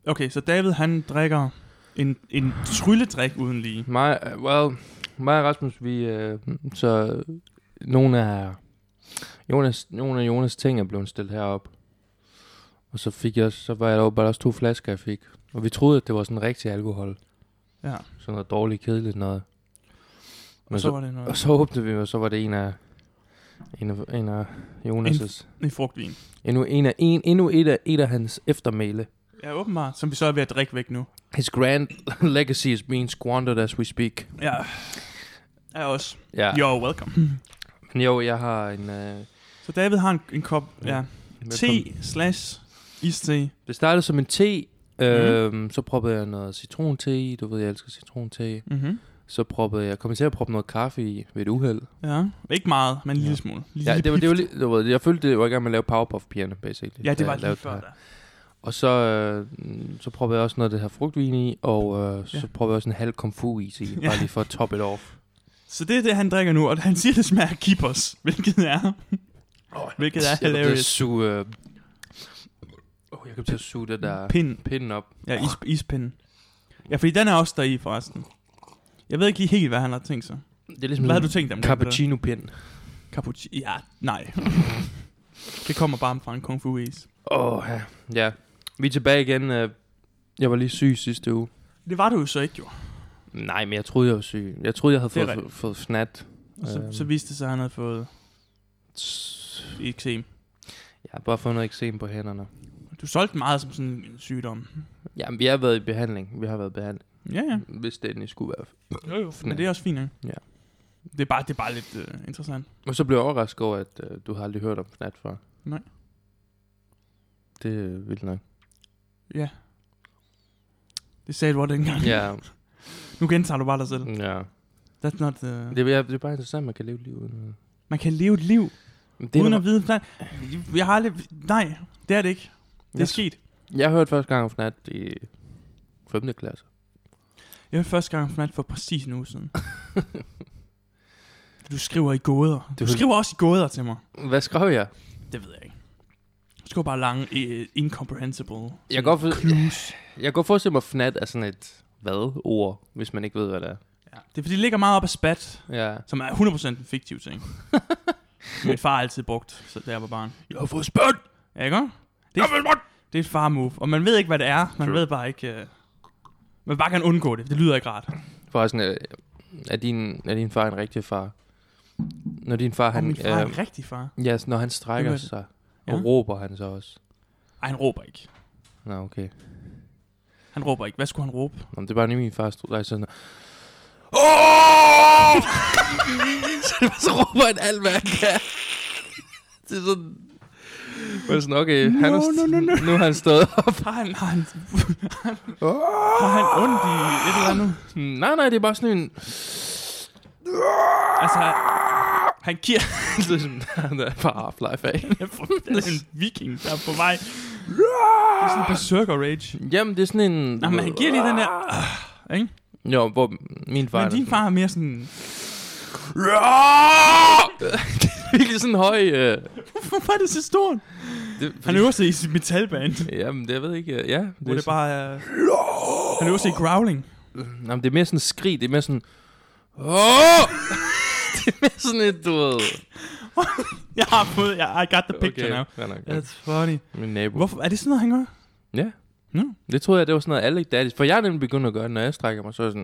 Okay, så David, han drikker en trylledrik uden lige. Mig og Rasmus, vi... så nogle af Jonas ting er blevet stillet herop. Og så var jeg der bare også 2 flasker, jeg fik. Og vi troede, at det var sådan rigtig alkohol. Ja. Sådan noget dårligt, kedeligt noget. Men så var det noget. Og så åbnede vi, og så var det en af Jonas' En frugtvin. Endnu et af hans eftermæle. Ja, åbenbart. Som vi så er ved at drikke væk nu. His grand legacy is being squandered as we speak. Ja. Jeg også. Ja. You're welcome. Men jo, jeg har en... Så David har en kop te/iste. Det startede som en te. Så proppede jeg noget citronte i. Du ved, jeg elsker citronte. Mm-hmm. Så kom til at proppe noget kaffe i ved et uheld. Ja, ikke meget, men en lille smule. Ja, det var jeg følte, det var i gang med at lave Powerpuff-pigerne, basically. Ja, det var lige før der. Og så proppede jeg også noget af det her frugtvin i, og så proppede jeg også en halv komfu-is i, bare lige for at top it off. Så det er det, han drikker nu, og han siger, det smager kippers, hvilket er hilarious. Jeg kan til at suge det der pinden op. Ja, ispinden. Ja, fordi den er også der i forresten. Jeg ved ikke lige helt, hvad han har tænkt sig. Det er ligesom hvad har du tænkt om cappuccino-pind? Ja, nej. Det kommer bare fra en kung fu is. Ja. Vi er tilbage igen. Jeg var lige syg sidste uge. Det var du jo så ikke, jo. Nej, men jeg troede, jeg var syg. Jeg troede, jeg havde fået fnat. Så viste det sig, at han havde fået eksem. Jeg har bare fået noget eksem på hænderne. Du solgte meget som sådan en sygdom. Jamen, vi har været i behandling. Ja. Hvis det endelig skulle være. Jo. Men det er også fint, ikke? Ja. Det er bare lidt interessant. Og så blev jeg overrasket over, at du har aldrig hørt om fnat før. Nej. Det er vildt nok. Ja. Det sagde du også dengang. Ja. Nu gentager du bare dig selv. Ja. That's not det er bare interessant, man kan leve et liv uden. Man kan leve et liv uden at vide fnat. Jeg har aldrig... Nej, det er det ikke. Det er sket. Jeg hørte første gang om fnat i 5. klasse. Jeg hørte første gang om fnat for præcis en uge siden. Du skriver i gåder. Du skriver også i gåder til mig. Hvad skrev jeg? Det ved jeg ikke. Du skriver bare lange, incomprehensible jeg kan godt forestille mig, at fnat er sådan et ord, hvis man ikke ved, hvad det er. Ja. Det er fordi, det ligger meget op af spat, som er 100% en fiktiv ting. Min far har altid brugt, så da jeg var barn. Jeg har fået spødt! Ja, ikke? Det er et far-move, og man ved ikke, hvad det er. Man ved bare ikke... man bare kan undgå det. Det lyder ikke rart. Forresten, er din far en rigtig far? Når din far... min far er en rigtig far? Ja, når han strækker sig, og råber han så også? Ej, han råber ikke. Nå, okay. Han råber ikke. Hvad skulle han råbe? Nå, det er bare lige min far stod sådan... så råber han alt, hvad han kan. Det er sådan... sådan, okay, nu har han stået op. Har han ondt i et eller andet? Nej, det er bare sådan en... Altså, han giver... det er sådan, han er fra Half-Life af. Det er en viking, der er på vej. Det er sådan en berserker rage. Jamen, det er sådan en... Nej, men han giver lige den der... ikke? Jo, hvor min far... Men din far er mere sådan... det er virkelig sådan høj... Hvorfor er det så stort? Han øver sig i sit metalband. Jamen, det jeg ved ikke... Ja, det er bare... han øver sig i growling. Jamen, det er mere sådan skrig. Det er mere sådan... det er mere sådan et, du ved... jeg har fået... I got the picture now. That's funny. Min nabo. Hvorfor? Er det sådan noget, han gør? Ja. Det troede jeg, det var sådan noget alle daddies. For jeg er nemlig begyndt at gøre det, når jeg strækker mig. Så er jeg sådan...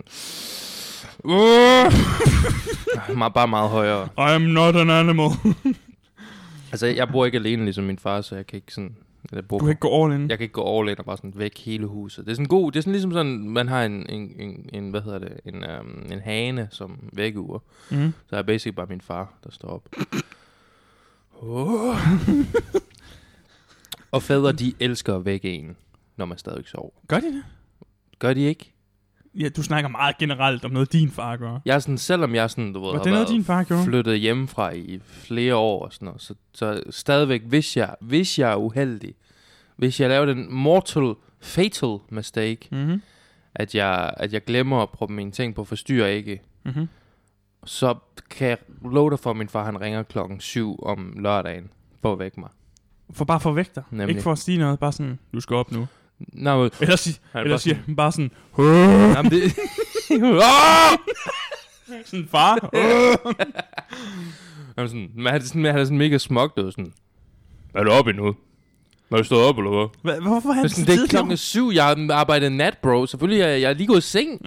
bare meget højere. I am not an animal. Altså, jeg bor ikke alene ligesom min far, så jeg kan ikke sådan... Du kan ikke gå all in. Jeg kan ikke gå all in og bare sådan væk hele huset. Det er sådan god... Det er sådan ligesom sådan, man har en hvad hedder det? En hane som vækkeur. Så er jeg basically bare min far, der står op. Og fædre, de elsker at vække en, når man stadig sover. Gør de det? Gør de ikke? Ja, du snakker meget generelt om noget, din far gør. Jeg er sådan, selvom jeg sådan, du ved, har været din far flyttet hjemmefra i flere år og sådan noget, så stadigvæk, hvis jeg er uheldig, hvis jeg laver den fatal mistake, at jeg glemmer at proppe mine ting på forstyrrer ikke, så kan jeg love dig for, at min far han ringer 7:00 om lørdagen for at vække mig. Bare for at vække dig? Nemlig. Ikke for at sige noget, bare sådan, du skal op nu. Nej, Eller siger han bare sådan... Jamen, det... sådan far. Jamen, sådan, men han er sådan mega smukt, og sådan... Er du oppe endnu? Er du stået op, eller hvad? Hvorfor er han så det er 7:00, jeg har arbejdet nat, bro. Selvfølgelig er jeg lige gået i seng.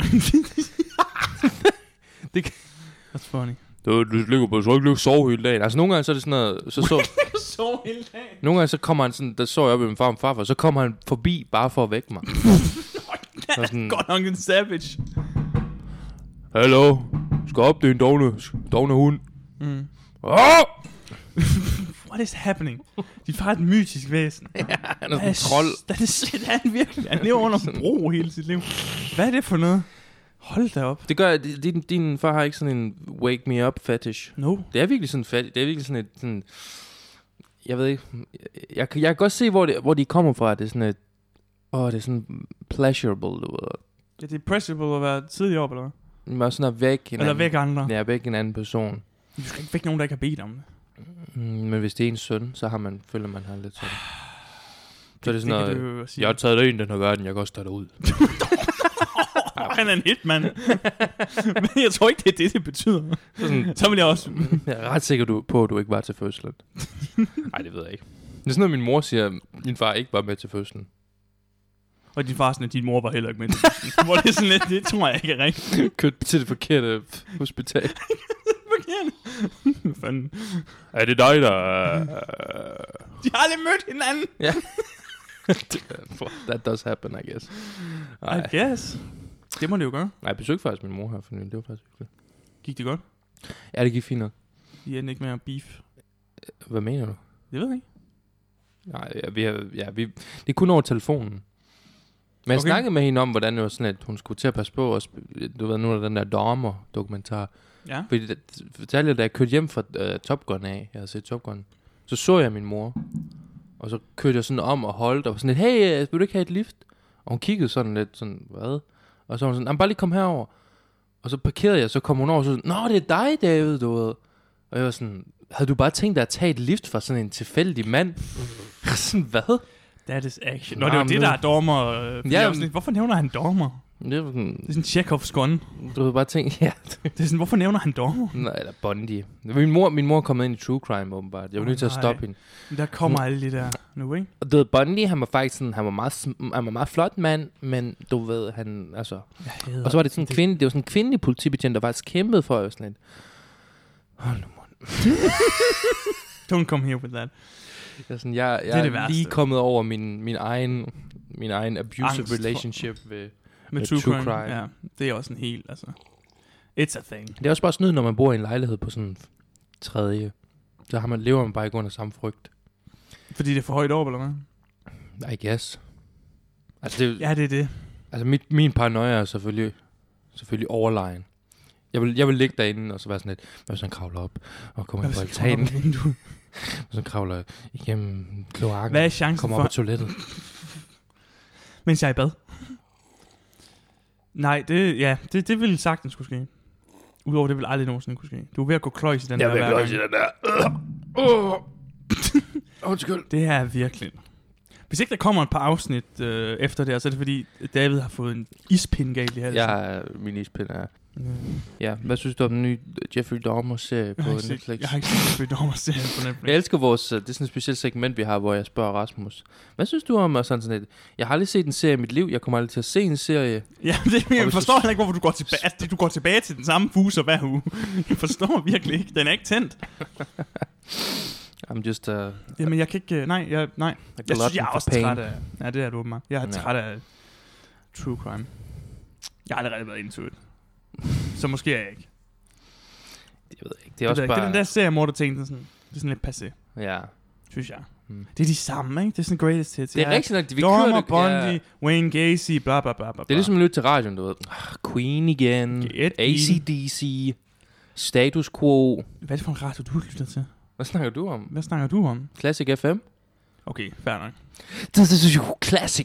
That's funny. Du ligger på, så ikke sove hele dagen. Altså, nogle gange så er det sådan noget... Sove hele dagen? Nogle gange så kommer han sådan... Der så jeg op i min farfar, så kommer han forbi bare for at vække mig. Sådan, godt nok en savage. Hallo? Skal op, det er en dogne hund. What is happening? De er faktisk et mytisk væsen. Ja, han er sådan en trold. Det er han virkelig. Han lever under en bro hele sit liv. Hvad er det for noget? Hold da op. Det gør, din far har ikke sådan en wake me up fetish. No. Det er virkelig sådan det er virkelig sådan et sådan, jeg ved ikke. Jeg kan godt se hvor de kommer fra. Det er sådan et det er sådan pleasurable, du ved. Ja, det er pleasurable at være tidlig op, eller hvad? Man er sådan at væk eller væk andre. Ja, væk en anden person. Du skal ikke væk nogen, der ikke har bedt om det. Men hvis det er en søn, så føler man har lidt sådan. Så er det sådan noget, jeg har taget det ind, den har gør den, jeg kan også tage det ud. Han er en hitman. Men jeg tror ikke, det er det betyder. Så vil jeg også... Jeg er ret sikker på, at du ikke var til fødslen. Nej, det ved jeg ikke. Det er sådan noget, min mor siger, min far ikke var med til fødslen. Og din far sådan, at din mor var heller ikke med til fødslen. Hvor det er sådan lidt, det tror jeg ikke er rigtigt. Kørt til det forkerte hospital. Hvad fanden? Er det dig, der... De har aldrig mødt hinanden. Ja. That does happen, I guess. I guess. Det må det jo gøre. Nej, jeg besøgte faktisk min mor her for nylig. Det var faktisk hyggeligt. Gik det godt? Ja, det gik fint nok. I endte ikke med at beef. Hvad mener du? Det ved jeg ikke. Nej, det er kun over telefonen. Men jeg snakkede med hende om, hvordan det var sådan, at hun skulle til at passe på os. Du ved, nu er der den der Dahmer-dokumentar. Ja. Fordi fortalte jeg, da jeg kørte hjem fra Top Gun af, jeg havde set Top Gun, så jeg min mor. Og så kørte jeg sådan om og holdt, og var sådan lidt, hey, vil du ikke have et lift? Og hun kiggede sådan lidt, sådan, hvad? Og så var hun sådan, bare lige kom herover. Og så parkerede jeg, så kom hun over, og så sådan, nå, det er dig, David, du ved. Og jeg var sådan, havde du bare tænkt dig at tage et lift fra sådan en tilfældig mand? Sådan, hvad? That is action. Nå, det er jo det, der er Dahmer. Ja, sådan, hvorfor nævner han Dahmer? Det er sådan Chekhovs gun. Du havde bare tænkt, ja. Det er sådan, hvorfor nævner han Dahmer? Nej, eller Bundy. Min mor er kommet ind i true crime, åbenbart. Jeg var nødt til at stoppe hende. Der kommer alle de der nu, ikke? Og du ved, Bundy, han var faktisk sådan, han var meget flot mand, men du ved, han, altså... Og så var det sådan en det var sådan en kvindelig politibetjent, der faktisk kæmpede for os lidt. Hold nu mund. Don't come here with that. Jeg er lige kommet over min egen abusive relationship med true crime. Ja, det er også en helt, altså... It's a thing. Det er også bare snyd, når man bor i en lejlighed på sådan tredje. Så lever man bare ikke under samme frygt. Fordi det er for højt op, eller hvad? I guess. Altså det er det. Altså min paranoia er selvfølgelig overlegen. Jeg vil ligge derinde og så være sådan lidt, hvad hvis han kravler op og kommer ind på altanen. Og så kravler igennem kloakken. Hvad er chancen kommer op på toilettet? Mens jeg er i bad. Nej, det ville sagtens kunne ske. Udover det vil aldrig nogensinde kunne ske. Du er ved at gå kløjs i den der. Jeg er ved at kløjs i den der. Undskyld. Det her er virkelig. Hvis ikke der kommer et par afsnit efter det, så er det fordi David har fået en ispind galt i halsen. Ja, min ispind er... Ja, hvad synes du om den nye Jeffrey Dahmer-serie på Netflix? Jeg har ikke set Jeffrey Dahmer-serien på Netflix. Jeg elsker vores... Det er sådan et specielt segment, vi har, hvor jeg spørger Rasmus. Hvad synes du om sådan et... Jeg har aldrig set en serie i mit liv. Jeg kommer aldrig til at se en serie. Ja, jeg forstår heller ikke, hvorfor du går tilbage. Altså, du går tilbage til den samme fuser hver uge. Jeg forstår virkelig ikke. Den er ikke tændt. I'm just... Jamen, jeg kan ikke... Nej. Jeg synes, jeg er også træt af... Ja, det er du åbenbart. Jeg er træt af true crime. Jeg har allerede været into it. Så måske er jeg ikke. Det ved jeg ikke. Det er også bare... Det er den der serie, hvor du tænkte sådan... Det er sådan lidt passé. Ja. Synes jeg. Det er de samme, ikke? Det er sådan greatest hits. Det er rigtig nok. Vi kører det. Bundy, Wayne Gacy, bla bla bla bla. Det er ligesom at lytte til radioen, du ved. Queen igen. AC/DC. Status Quo. Hvad er det for en radio, du lytter til? Hvad snakker du om? Classic FM. Okay, fair nok. Classic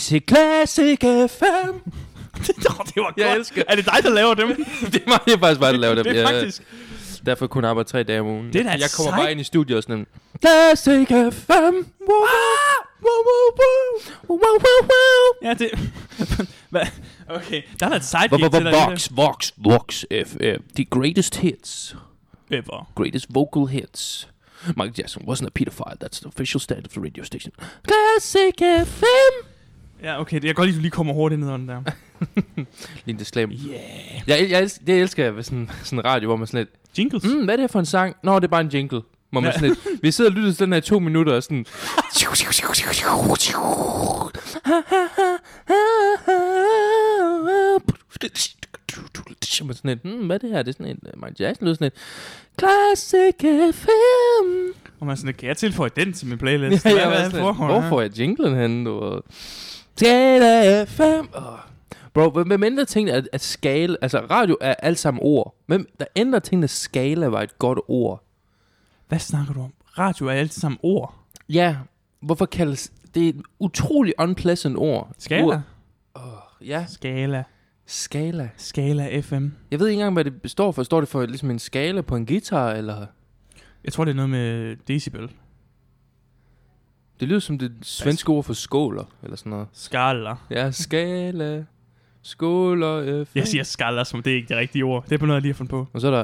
FM. Det var godt. Jeg elsker. Er det dig, der laver dem? Det er faktisk bare, der laver dem. Det er faktisk... Derfor kun arbejde 3 dage om ugen. Det er jeg kommer bare ind i studiet og sådan Classic FM. Ja, det... Okay, der er et sidekick til dig. Vox FM. The greatest hits. Ever. Greatest vocal hits. Michael Jackson wasn't a pedophile. That's the official stand of the radio station. Classic FM. Ja, okay. Jeg kan godt lide, at du lige kommer hurtigt ned under den der. Lige det slam. Yeah. Det elsker jeg ved sådan en radio, hvor man sådan lidt... Jingles? Hvad er det her for en sang? Nå, det er bare en jingle. Hvor man sådan lidt... Vi sidder og lytter til den her 2 minutter og sådan... Sådan lidt, hvad er det her? Det er sådan en Michael Jackson, sådan et Classic FM. Og man sådan, kan jeg tilføje den til min playlist? Hvor får jeg jinglen henne? Classic FM. Bro, hvem ændrer tingene at skala? Altså, radio er alt sammen ord. Hvem der ændrer tingene at skala var et godt ord? Hvad snakker du om? Radio er alt sammen ord. Ja, hvorfor kaldes... Det er et utrolig unpleasant ord. Skala? Ja. Skala FM. Jeg ved ikke engang, hvad det består for. Står det for ligesom en skala på en guitar, eller? Jeg tror, det er noget med decibel. Det lyder som det svenske ord for skåler, eller sådan noget. Skala. Ja, skala. Skåler FM. Jeg siger skala, som det er ikke det rigtige ord. Det er på noget, jeg lige har fundet på. Og så er der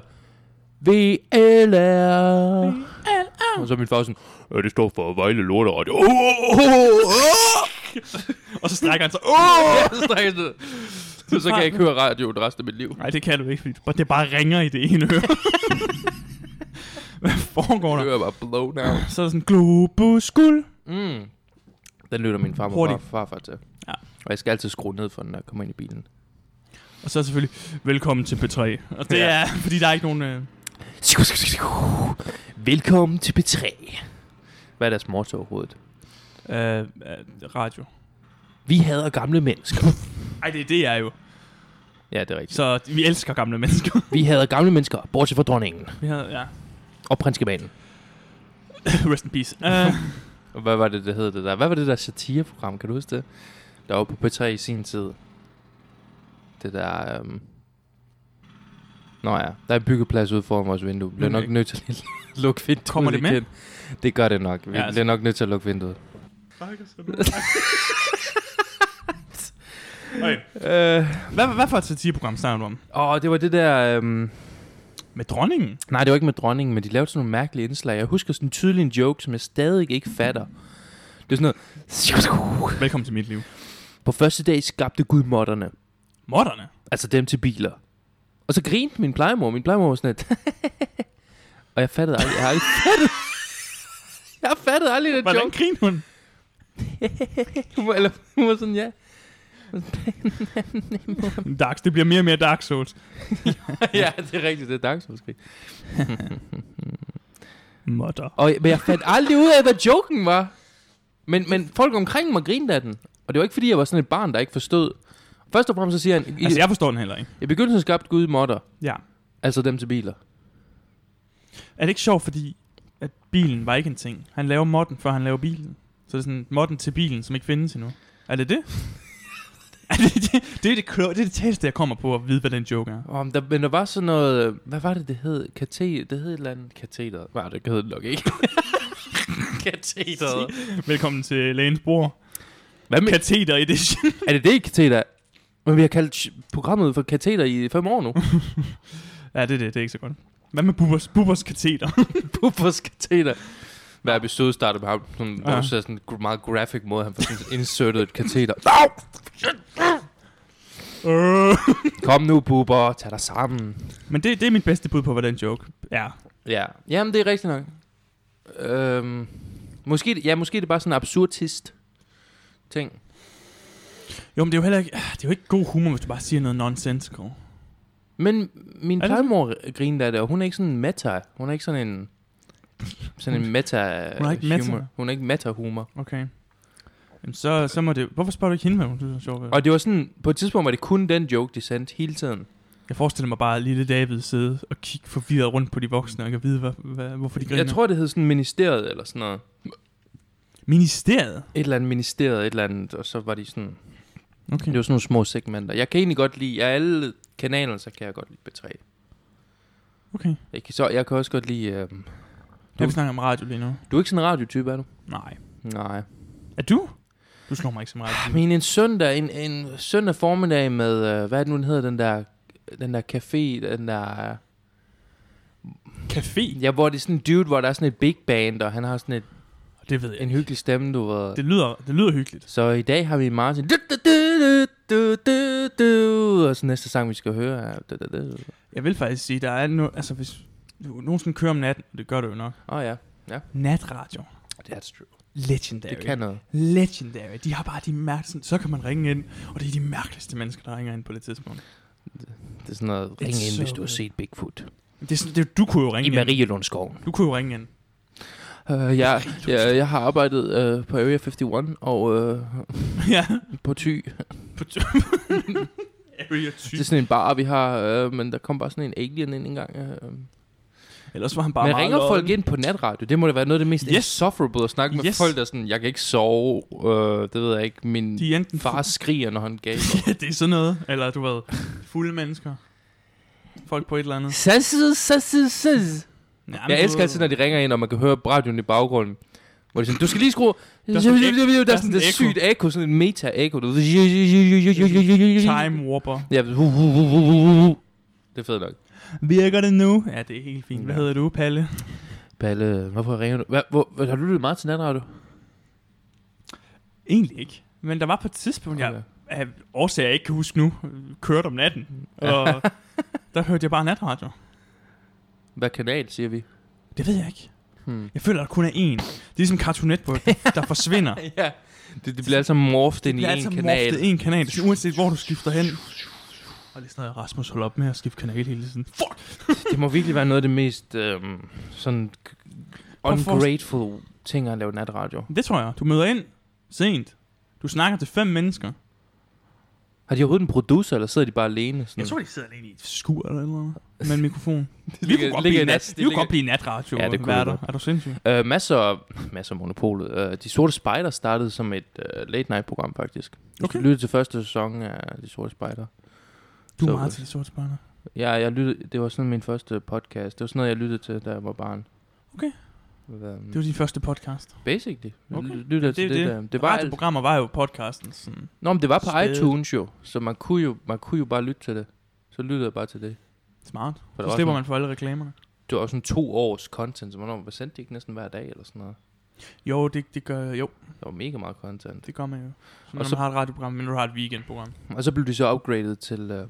VLR. Og så er min far sådan, det står for Vejle Lorteradio. Og så strækker han sig. Så strækker han sig. Så kan jeg ikke høre radio det resten af mit liv. Nej, det kan du ikke, fordi det bare ringer i det ene øre. Hvad foregår der? Det er bare blown out. Så er der sådan globus guld. Den lytter min farfar til. Ja. Og jeg skal altid skrue ned for den, når jeg kommer ind i bilen. Og så er selvfølgelig velkommen til P3. Og det er, fordi der er ikke nogen... Velkommen til P3. Hvad er deres motto overhovedet? Radio. Vi hader gamle mennesker. Ej, det er jo. Ja, det er rigtigt. Så vi elsker gamle mennesker. Vi hader gamle mennesker, bortset fra dronningen. Ja. Og prinskemanen. Rest in peace. Hvad var det hed det der? Hvad var det der satireprogram? Kan du huske det? Der var på P3 i sin tid. Det der... Nå ja, der er en byggeplads ude foran vores vindue. Vi bliver nok nødt til at lukke vinduet. Kommer det med? Det gør det nok. Vi bliver nok nødt til at lukke vinduet. Okay. Hvad for et satireprogram snakker du om? Det var det der... Med dronningen? Nej, det var ikke med dronningen, men de lavede sådan nogle mærkelige indslag. Jeg husker sådan en tydelig en joke, som jeg stadig ikke fatter. Det er sådan noget... Velkommen til mit liv. På første dag skabte Gud modderne. Modderne? Altså dem til biler. Og så grinte min plejemor. Min plejemor var sådan et... Og jeg fattede aldrig... Jeg fattede aldrig den joke. Hvordan grinte hun? Hun var sådan, ja. Dark, det bliver mere og mere Dark Souls. Ja, det er rigtigt, det er Dark Souls. Modder. Men jeg fandt aldrig ud af, hvad joken var. Men folk omkring mig grinede af den. Og det var ikke fordi, jeg var sådan et barn, der ikke forstod. Først og fremmest så siger han... Altså, jeg forstår den heller ikke. I begyndelsen skabte Gud modder. Ja. Altså dem til biler. Er det ikke sjovt, fordi at bilen var ikke en ting? Han laver modden, før han laver bilen. Så det er sådan modden til bilen, som ikke findes endnu. Er det det? Det er det tætteste, jeg kommer på at vide, hvad den joke er. Men der var sådan noget... Hvad var det hed? Det hed et eller andet kateter. Nej, det hed det nok ikke. Kateter. Velkommen til lægens bord. Hvad med kateter edition? Er det kateter? Men vi har kaldt programmet for kateter i 5 år nu. Ja, det er ikke så godt. Hvad med Bubbers kateter? Bubbers kateter. Hver episode starter med ham, hvor du ser sådan en meget graphic måde, han får sådan insertet et kateter. Kom nu, Bubber, tag dig sammen. Men det er mit bedste bud på, hvad den joke er. Ja, jamen det er rigtigt nok. Måske er det bare sådan en absurdist ting. Jo, men det er jo heller ikke, det er jo ikke god humor, hvis du bare siger noget nonsensical. Men min plejemor griner af det, og hun er ikke sådan en meta. Hun er ikke sådan en meta. Hun er ikke humor. meta. Hun er ikke meta humor. Okay. Jamen så må det. Hvorfor spørger du ikke hende, hvad hun synes er sjovt? Og det var sådan, på et tidspunkt var det kun den joke, de sendte hele tiden. Jeg forestiller mig bare lille David sidde og kigge forvirret rundt på de voksne og kan vide, hvorfor de griner. Jeg tror, det hed sådan ministeriet eller sådan noget. Ministeriet? Et eller andet ministeriet, et eller andet, og så var de sådan... Okay. Det var sådan nogle små segmenter. Jeg kan egentlig godt lide, af alle kanaler, så kan jeg godt lide B3. Okay. Jeg kan også godt lide... Jeg vil snakke om radio lige nu. Du er ikke sådan en radiotype, er du? Nej. Nej. Er du? Du slår mig ikke så meget. Men en søndag formiddag med, hvad er det nu, den hedder, den der café, den der... Café? Ja, hvor det er sådan en dude, hvor der er sådan et big band, og han har sådan det ved jeg en hyggelig stemme, du ved. Det lyder hyggeligt. Så i dag har vi Martin. Og så næste sang, vi skal høre er... Jeg vil faktisk sige, der er altså hvis du nogensinde kører om natten, det gør du jo nok. Ja. Natradio. That's true. Legendary. Det kan noget. Legendary. De har bare de mærkeligste... Så kan man ringe ind, og det er de mærkeligste mennesker, der ringer ind på det tidspunkt. Det er sådan noget, ring ind, hvis du har set Bigfoot. Du kunne jo ringe ind. I Marielundskoven. Du kunne jo ringe ind. Jeg har arbejdet på Area 51 og på Thy. Area 50. Det er sådan en bar, vi har, men der kom bare sådan en alien ind en gang. Ellers var han bare men ringer folk ind på natradio? Det må da være noget af det mest insufferable at snakke med folk, der sådan, jeg kan ikke sove, det ved jeg ikke, min far skriger, når han gaber. Ja, det er sådan noget. Eller du ved, fulde mennesker. Folk på et eller andet. Jeg elsker altid, når de ringer ind, og man kan høre radioen i baggrunden. Hvor de sådan, du skal lige skrue... Der er sådan et sygt ekko, sådan en meta-ekko. Time warper. Ja, det er fedt nok. Virker det nu? Ja, det er helt fint. Hvad hedder du, Palle? Palle, hvorfor ringer du? Har du lyttet meget til natradio? Egentlig ikke. Men der var på et tidspunkt, jeg af årsager jeg ikke kan huske nu, kørte om natten. Og der hørte jeg bare natradio. Hvad kanal, siger vi? Det ved jeg ikke. Jeg føler, der kun er én. Det er ligesom Cartoon Network, der forsvinder. Ja, det bliver altså morphed ind i en kanal. Det en kanal. Så uanset hvor du skifter hen. Og det er sådan noget, Rasmus holder op med at skifte kanal hele tiden. Fuck! Det må virkelig være noget af det mest sådan ungrateful ting at lave natradio. Det tror jeg. Du møder ind sent. Du snakker til 5 mennesker. Har de overhovedet en producer, eller sidder de bare alene? Sådan? Jeg tror, de sidder alene i et skur eller noget. Med en mikrofon. Vi kunne godt blive natradio. Ja, det kunne er du sindssyg? Masser af Monopolet. De Sorte Spejder startede som et late night program, faktisk. Okay. Jeg lyttede til første sæson af De Sorte Spejder. Du er meget til De Sorte Spejder? Ja, jeg lyttede, det var sådan min første podcast. Det var sådan noget, jeg lyttede til, da jeg var barn. Okay. Det var din første podcast? Basically. Okay. Det var radioprogrammer var jo podcasten. Sådan. Nå, men det var på iTunes jo, så man kunne jo bare lytte til det. Så lyttede jeg bare til det. Smart. Så slipper man for alle reklamerne. Det var sådan 2 års content, så man sendte det ikke næsten hver dag eller sådan noget. Jo, det gør jo. Der var mega meget content. Det gør man jo. Så når man har et radioprogram, men du har et weekendprogram. Og så blev de så upgraded til,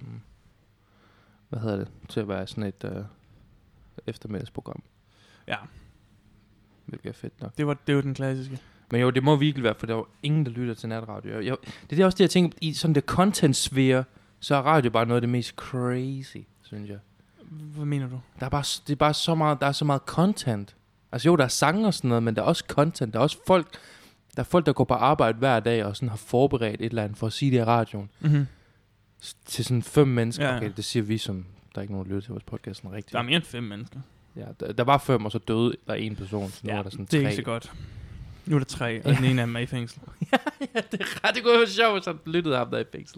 hvad hedder det, til at være sådan et eftermiddagsprogram. Ja. Hvilket er fedt nok. Det var den klassiske. Men jo, det må virkelig være, for der var ingen, der lytter til natradio. Det er også det, jeg tænker, i sådan det content-sfære, så er radio bare noget af det mest crazy, synes jeg. Hvad mener du? Det er bare så meget, der er så meget content. Altså jo, der er sange og sådan noget, men der er også content. Der er også folk, der går på arbejde hver dag og sådan har forberedt et eller andet for at sige det i radioen. Mm-hmm. Til sådan 5 mennesker. Ja. Okay, det siger vi, som der er ikke nogen, der lytter til vores podcast sådan rigtigt. Der er mere end 5 mennesker. Ja, der var 5, og så døde der 1 person. Så nu er der sådan 3. Det er ikke så godt. Nu er der 3, og den ene af dem er i fængsel. ja, det er ret. Det kunne være sjovt, hvis han lyttede ham der i fængsel.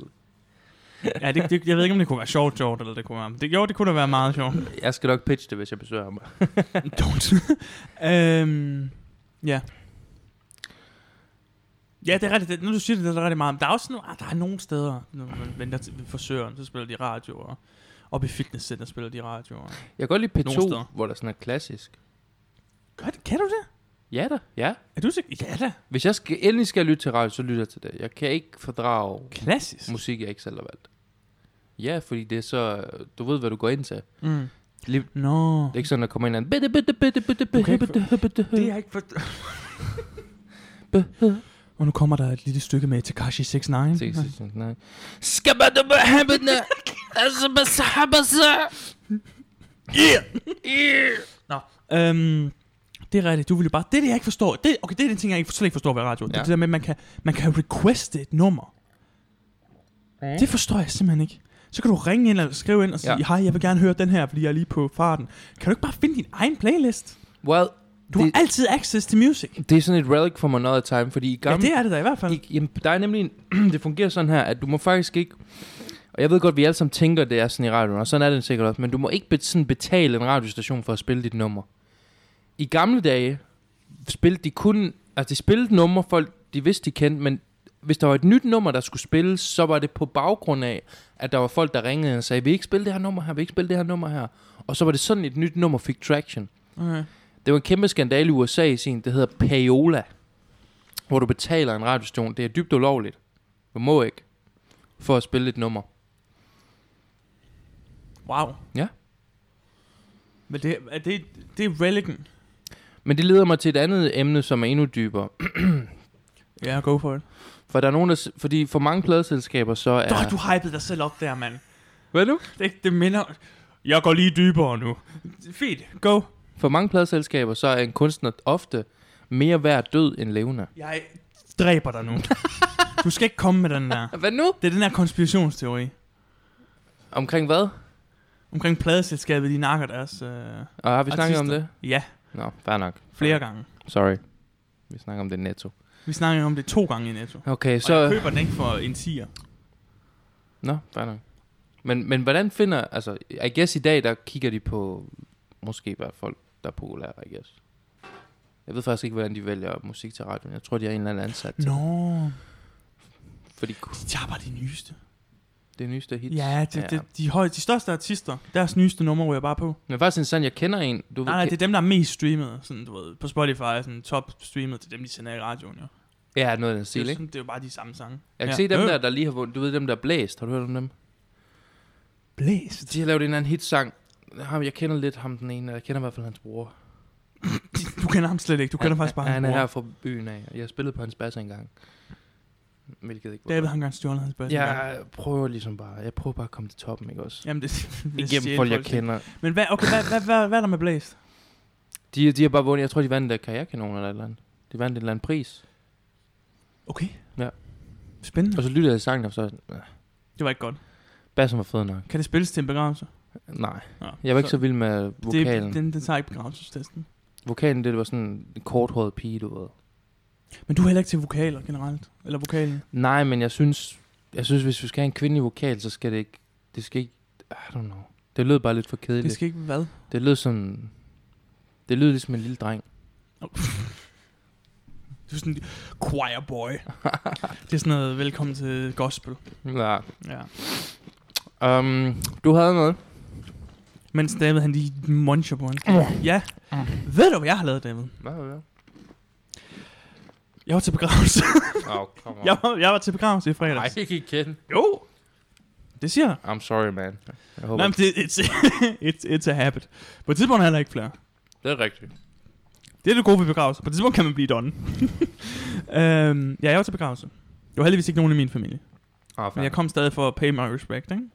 Ja, jeg ved ikke, om det kunne være sjovt, eller det kunne være... det kunne da være meget sjovt. Jeg skal nok pitche det, hvis jeg besøger ham. Don't. Ja. Ja, det er rigtigt. Nu du siger det, der er rigtig meget. Der er også der er nogle steder, når man venter til forsøgeren, så spiller de radio, og op i fitnesscenter spiller de radio. Jeg kan godt lide P2, hvor der sådan er klassisk. Kan du det? Ja da, ja. Er du sikker? Ja da. Hvis jeg endelig skal lytte til radio, så lytter jeg til det. Jeg kan ikke fordrage klassisk musik, jeg ikke selv har valgt. Ja, fordi det er så... Du ved, hvad du går ind til. Mm. Det er ikke sådan, at der kommer ind og... Det er ikke for... Og nu kommer der et lille stykke med Tekashi 6ix9. Nå. Det er rigtigt, du vil jo bare... Det er det, jeg ikke forstår. Det er den ting, jeg slet ikke forstår ved radio. Ja. Det er det der med, man kan requeste et nummer. Det forstår jeg simpelthen ikke. Så kan du ringe ind eller skrive ind og sige, hej, jeg vil gerne høre den her, fordi jeg er lige på farten. Kan du ikke bare finde din egen playlist? Well, du har altid access to music. Det er sådan et relic from another time, fordi i gamle... Ja, det er det da i hvert fald. Jamen, der er nemlig det fungerer sådan her, at du må faktisk ikke... Og jeg ved godt, vi alle sammen tænker, det er sådan i radioen, og sådan er det sikkert også, men du må ikke betale en radiostation for at spille dit nummer. I gamle dage spillede de kun... Altså, de spillede nummer, folk de vidste, de kendte, men hvis der var et nyt nummer, der skulle spilles, så var det på baggrund af, at der var folk, der ringede og sagde, vi ikke spille det her nummer her, vi ikke spille det her nummer her. Og så var det sådan, et nyt nummer fik traction. Okay. Det var en kæmpe skandale i USA i sin, det hedder payola, hvor du betaler en radiostation. Det er dybt ulovligt. Du må ikke, for at spille et nummer. Wow. Ja. Men det er Religion. Men det leder mig til et andet emne, som er endnu dybere. Ja, go for it. For der er nogen, fordi for mange pladeselskaber, så er... Du hypede dig selv op der, mand. Hvad nu? Det minder... Jeg går lige dybere nu. Fint, go. For mange pladeselskaber, så er en kunstner ofte mere værd død end levende. Jeg dræber dig nu. Du skal ikke komme med den der. Hvad nu? Det er den der konspirationsteori. Omkring hvad? Omkring pladeselskabet, de nakker deres Og har vi snakket om det? Ja. Nå, fair nok. Flere gange. Sorry. Vi snakker om det Netto. Vi snakker om det 2 gange i Netto. Okay, så... Og jeg køber den ikke for en 10'er. Nå, fair nok. Men hvordan finder... Altså, I guess i dag, der kigger de på... Måske bare folk, der er populære, I guess. Jeg ved faktisk ikke, hvordan de vælger musik til radioen. Jeg tror, de har en eller anden ansat til. Nå. Fordi... De tager bare de nyeste. Det nyeste hits. Ja, de største artister, deres nyeste nummer ryger bare på. Men faktisk sådan, jeg kender en... Nej, det er dem, der er mest streamet. Sådan, du ved, på Spotify er sådan top streamet til dem, de sender i radioen, jo. Ja, noget af den stil, ikke? Det er jo bare de samme sange. Jeg kan se dem der lige har vundet. Du ved dem, der er Blæst. Har du hørt om dem? Blæst? De har lavet en eller anden hitsang. Jeg kender lidt ham den ene. Jeg kender i hvert fald hans bror. Du kender ham slet ikke. Du kender faktisk bare hans bror. Han er her fra byen af. Jeg har spillet på hans bass engang. Hvilket ikke var. David har engang stjålet hans bass. Jeg prøver ligesom bare. Jeg prøver bare at komme til toppen, ikke også? Jamen det igennem folk, jeg kender. Men hvad er der med Blæst? De har bare vundet. Jeg tror, de vandt der Karrierekanon eller et eller andet. De vandt en eller anden pris. Okay. Ja. Spændende. Og så lyttede jeg sangen, og så... Det var ikke godt. Bassen var fed nok. Kan det spilles til en begravelse? Nej. Ja, jeg var ikke så vild med vokalen. Den tager ikke begravelsestesten. Vokalen, det var sådan en korthåret pige, du ved. Men du er heller ikke til vokaler generelt? Eller vokalen? Nej, men jeg synes, hvis vi skal have en kvindelig vokal, så skal det ikke... Det skal ikke... I don't know. Det lød bare lidt for kedeligt. Det skal ikke hvad? Det lød sådan... Det lød ligesom en lille dreng. Du er sådan en choir boy. Det er sådan noget, velkommen til gospel. Ja. Ja. Du havde noget? Mens David, han lige muncher på en. Ja. Ved du, hvad jeg har lavet, David? Hvad har du lavet? Jeg var til begravelse. Jeg var til begravelse i fredags. Nej, ikke igen. Jo. Det siger jeg. I'm sorry, man. Nej, men it's a habit. På et tidspunkt er der ikke flere. Det er rigtigt. Det er det gode ved begravelse. På et tidspunkt kan man blive done. Ja, jeg var til begravelse. Det var heldigvis ikke nogen i min familie. Men jeg kom stadig for at pay my respect, ikke?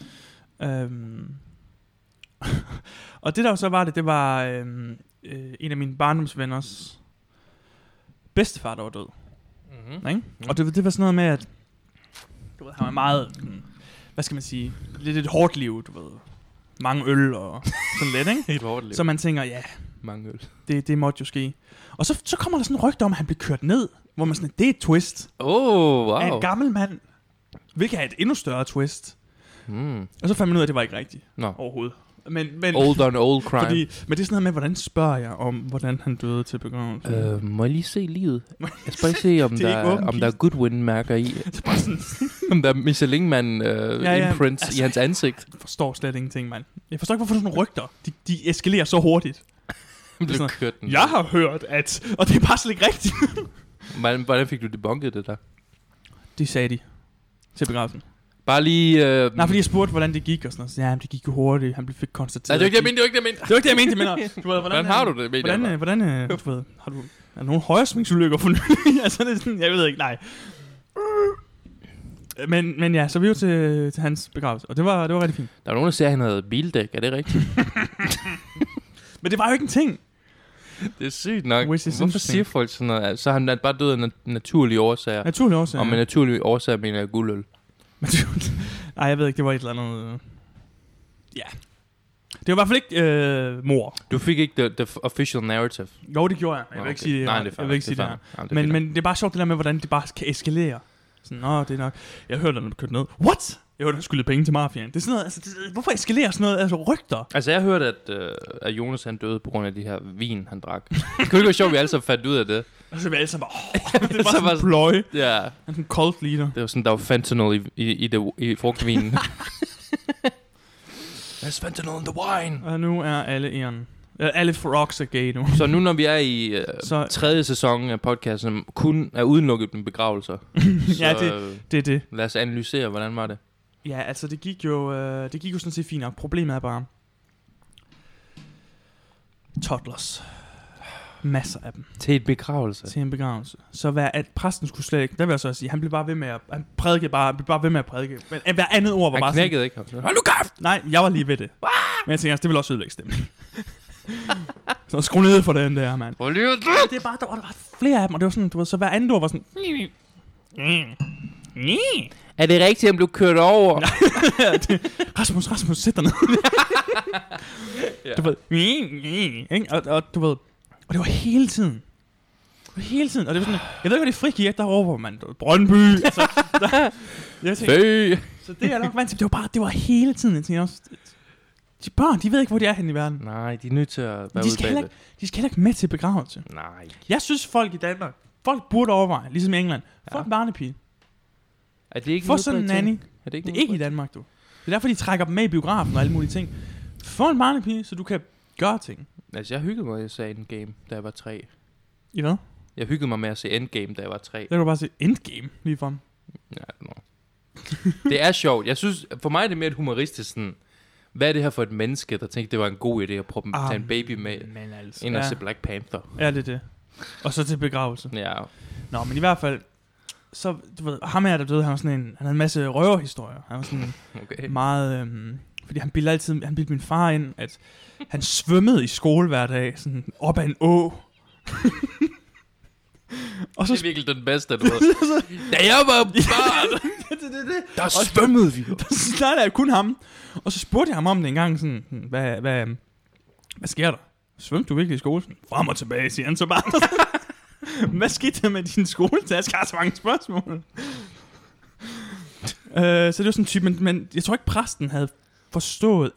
Og det der så var det var en af mine barndomsvenners bedstefar, der var død. Mm-hmm. Ikke? Og det var sådan noget med, at du ved, han var meget, hvad skal man sige, lidt et hårdt liv, du ved. Mange øl og sådan lidt, ikke? Et hårdt liv. Så man tænker, ja, mange øl. Det måtte jo ske. Og så kommer der sådan en rygte om, at han blev kørt ned, hvor man sådan, det er et twist. Wow. Af en gammel mand. Hvilket er et endnu større twist. Og så fandt man ud af, at det var ikke rigtigt. Overhovedet. Men, old on old crime. Men det er sådan noget med, hvordan spørger jeg om, hvordan han døde til begravelsen? Må jeg lige se livet? Jeg skal bare se, om der er Goodwin-mærker i. Om der er Michelin-mand imprints altså, i hans ansigt. Jeg forstår slet ingenting, mand. Jeg forstår ikke, hvorfor sådan nogle rygter, de eskalerer så hurtigt. Jeg har hørt, at... Og det er bare slet ikke rigtigt. Hvordan fik du debunket det der? Det sagde de til begravelsen. Bare lige... Nej, fordi jeg spurgte, hvordan det gik og sådan noget. Ja, det gik jo hurtigt. Han fik konstateret... Nej, det var ikke det, jeg mente. Det var ikke det, jeg mente. Du ved, hvordan har du det, hvordan du ved, har du... Er der nogle højresvingsulykker for nylig? Altså, det er sådan... Jeg ved ikke, nej. Men ja, så vi var til hans begravelse. Og det var rigtig fint. Der var nogen, der siger, at han havde bildæk. Er det rigtigt? Men det var jo ikke en ting. Det er sygt nok. Hvorfor siger folk sådan noget? Så han er bare død af naturlige årsager. Naturlige årsager. Og med naturlige årsager mener jeg guldøl. Nej, jeg ved ikke, det var et eller andet... Ja. Det var i hvert fald ikke mor. Du fik ikke the official narrative? Jo, det gjorde jeg. Jeg vil ikke sige det. Nej, jeg vil ikke sige det her. Men det er bare sjovt det der med, hvordan det bare kan eskalere. Sådan, det er nok... Jeg hørte, at den blev kørt ned. What? Jo, der skyldte penge til mafiaen. Det er sådan noget, altså, hvorfor eskalerer sådan noget? Altså, rygter. Altså, jeg hørte, at Jonas han døde på grund af de her vin, han drak. Det kunne ikke være sjovt, vi alle sammen fandt ud af det. Og så var alle sammen bare, det var sådan en pløje. Ja. En cult leader. Det var sådan, der var fentanyl i frugtvinen. There's fentanyl in the wine. Og nu er alle frogs er gay nu. Så nu når vi er i tredje sæson af podcasten, kun er udelukket med begravelser. Ja, det er det. Lad os analysere, hvordan var det? Ja, altså det gik jo sådan set fint nok. Problemet er bare toddlers. Masser af dem. Til et begravelse. Til en begravelse. Så at præsten skulle slet ikke, der vil jeg så sige, han blev bare ved med at blev bare ved med at prædike. Men hver andet ord var bare sådan. Han knækkede ikke. Hold nu kæft! Nej, jeg var lige ved det. Men jeg tænker, altså, det vil også ødelægge stemmen. Så skru ned for den der, mand. Det er bare, der var flere af dem, og det var sådan, du ved, så hver andet ord var sådan. Er det rigtigt, at han blev kørt over? Rasmus, sæt dig ned. Du ved, ikke? Og du ved, og det var hele tiden. Og det var sådan, jeg ved ikke, hvad det frigik, der råber man, Brøndby. Altså, så det er nok vant til, det var hele tiden, jeg tænkte også. De børn, de ved ikke, hvor de er henne i verden. Nej, de er nødt til at være de skal heller ikke med til begravelse. Nej. Jeg synes, folk i Danmark, folk burde overveje, ligesom i England, få en barnepige. Er det ikke få sådan en nanny. Er det ikke i Danmark, du. Det er derfor, de trækker dem med i biografen og alle mulige ting. Få en barnepige, så du kan gøre ting. Altså, jeg hyggede mig, at jeg se Endgame, da jeg var 3. I hvad? Jeg hyggede mig med at se Endgame, da jeg var 3. Det kan du bare se Endgame, lige for. Ja, det er sjovt. Jeg synes, for mig er det mere et humoristisk sådan. Hvad er det her for et menneske, der tænkte, det var en god idé at prøve at tage en baby med ind og se Black Panther? Ja, det er det. Og så til begravelse. Ja. Nå, men i hvert fald, så, du ved, ham her, der døde, han havde en masse røverhistorier. Han var sådan meget, fordi han bildte min far ind, at han svømmede i skole hver dag, sådan op ad en å. Og så det er virkelig den bedste, du ved. Da jeg var barn, der svømmede vi. Nej, kun ham. Og så spurgte jeg ham om det en gang, sådan, hvad sker der? Svømte du virkelig i skole? Frem og tilbage, siger han så bare. Hvad skete der med din skoletaske? Jeg har så mange spørgsmål. Så det var sådan en type, men jeg tror ikke præsten havde forstået,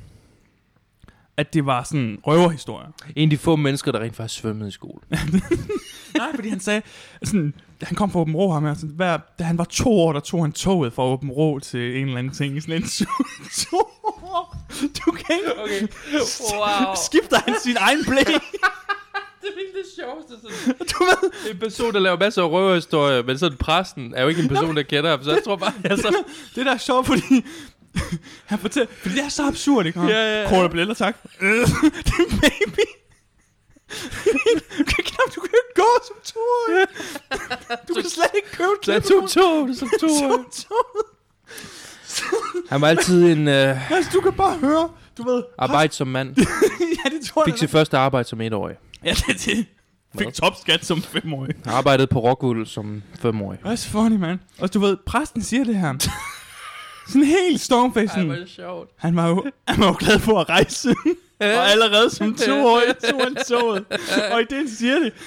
at det var sådan røverhistorier. En af de få mennesker, der rent faktisk svømmede i skole. Nej, fordi han sagde, sådan, han kom fra Åben Rå ham her, sådan, da han var 2 år, der tog han toget fra Åben Rå til en eller anden ting. Sådan en 2 år. Du kan ikke... Okay. Wow. Skifter han sin egen blæ. Det er virkelig det sjoveste. Sådan. Du ved... Det er en person, der laver masser af røverhistorier, men sådan præsten er jo ikke en person, der kender ham. Så jeg tror bare... Altså... Det der er sjovt, fordi... Han fortæller... Fordi det er så absurd, ikke? Ja. Korte billetter, tak. Det er en baby. Du kan ikke gå som 2-årig. Du kan slet ikke købe et klip. Som 2-årig. Han var altid en... Altså, du kan bare høre, du ved... Arbejdsom mand. Ja, det tror jeg. Fik sit første arbejde som 1-årig. Ja, det. Fik topskat som 5-årig. Arbejdede på Rockwool som 5-årig. Det er så funny, man. Og du ved, præsten siger det her. Sådan helt stormface. Ej, hvor er det sjovt. Han var jo glad for at rejse. Og allerede som 2-årig tog han toget. Og i det, han siger det,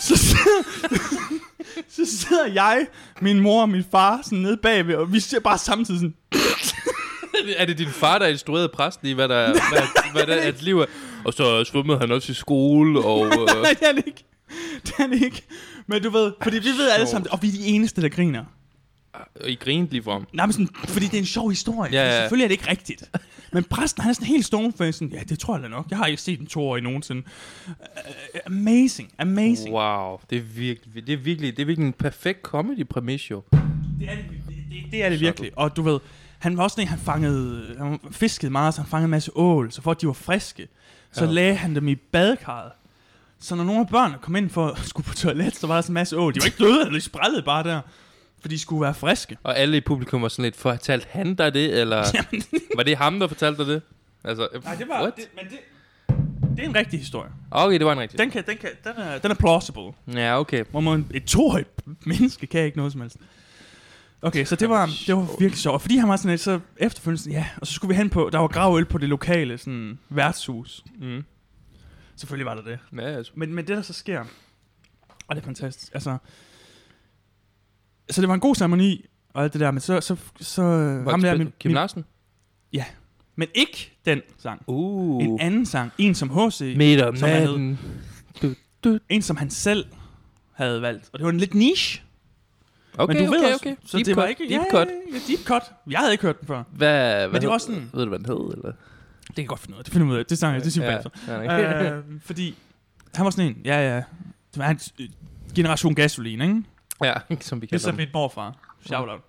så sidder jeg, min mor og min far sådan nede bagved, og vi ser bare samtidig sådan... Er det din far, der instruerede præsten i, hvad der er et liv er? Og så svømmede han også i skole, og... Nej, det er det ikke. Det er det ikke. Men du ved, fordi vi ved alle sammen, og vi er de eneste, der griner. Og I grinede lige frem. Nej, men sådan, fordi det er en sjov historie. Ja. Selvfølgelig er det ikke rigtigt. Men præsten, han er sådan helt stoneface. Ja, det tror jeg da nok. Jeg har ikke set en 2-årig nogensinde. Amazing. Wow, det er virkelig en perfekt comedy-præmis, jo. Det er det virkelig. Og du ved, han var også en, han fiskede meget, så han fangede en masse ål. Så for at de var friske, så lagde han dem i badekarret. Så når nogle af børnene kom ind for at skulle på toilet, så var der sådan en masse ål. De var ikke døde, de sprællede bare der. For de skulle være friske. Og alle i publikum var sådan lidt, fortalte han dig det, eller var det ham, der fortalte dig det? Altså, nej, det var... Det er en rigtig historie. Okay, det var en rigtig. Den er plausible. Ja, okay. Hvor et 2-årigt menneske kan ikke noget som helst. Okay, så det var virkelig sjovt. Og fordi han var sådan lidt, så efterfølgende sådan, ja, og så skulle vi hen på, der var gravøl på det lokale sådan værtshus. Selvfølgelig var der det. Ja, altså. Men det der så sker, og det er fantastisk, altså... Så det var en god ceremoni, og alt det der, men så ham der... Kim Larsen? Ja, men ikke den sang. En anden sang, en som H.C. Midt om natten. En som han selv havde valgt, og det var en lidt niche. Okay, men du ved også, okay. Så deep det var ikke... Deep cut. Ja, deep cut. Jeg havde ikke hørt den før. Hvad men det var også sådan... Ved du, hvad den hed, eller? Det kan jeg godt finde ud af. Det finder ud af. Det sang jeg, det siger jeg bagefter. Fordi han var sådan en... Ja. Det var en generation gasolin, ikke? Ja, som vi kalder det. Det er min morfar. Shout out.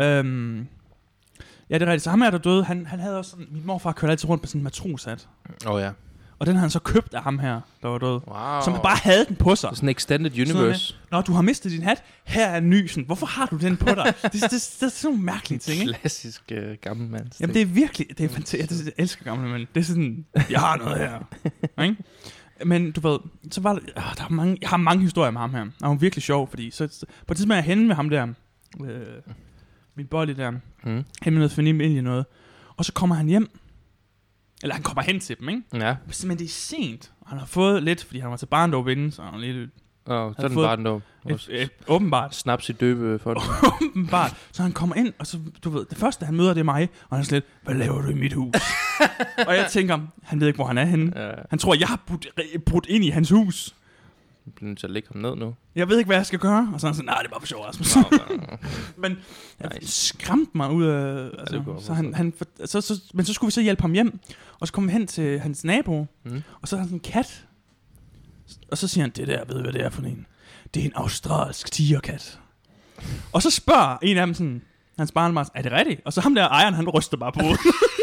Ja, det er rigtigt. Så ham er der døde. Han havde også sådan... Min morfar kørte altid rundt på sådan en matroshat. Ja. Og den havde han så købt af ham her, der var død. Wow. Som han bare havde den på sig. Sådan en extended universe. Nå, du har mistet din hat. Her er en ny. Sådan, hvorfor har du den på dig? det er sådan nogle mærkelige ting, ikke? Klassisk gammel mand. Jamen, det er virkelig... Det er fantastisk. Jeg elsker gamle mænd. Det er sådan... Jeg har noget her. Ikke? Men du ved... Så var der er mange... Jeg har mange historier med ham her. Han var virkelig sjov, fordi... Så, på et tidspunkt er jeg henne med ham der... min bolly der. Hen med noget familie noget. Og så kommer han hjem. Eller han kommer hen til dem, ikke? Ja. Men det er sent. Og han har fået lidt, fordi han var til barndåb inden, så han har lidt... sådan barndåb. Åbenbart. Snaps i døbe for det. Åbenbart. Så han kommer ind, og så, du ved, det første han møder, det er mig. Og han er sådan lidt, hvad laver du i mit hus? Og jeg tænker, han ved ikke, hvor han er henne. Ja. Han tror, jeg har brudt ind i hans hus. Jeg bliver nødt til at lægge ham ned nu. Jeg ved ikke, hvad jeg skal gøre. Og så er han sådan, nej, det er bare for sjov, Rasmus. Men han skræmte mig ud af... Altså, men så skulle vi så hjælpe ham hjem. Og så kom vi hen til hans nabo. Og så er han sådan en kat. Og så siger han, det der, ved du, hvad det er for en? Det er en australsk tigerkat. Og så spørger en af dem sådan, hans barnebarn, er det rigtigt? Og så ham der ejeren, han ryster bare på hovedet.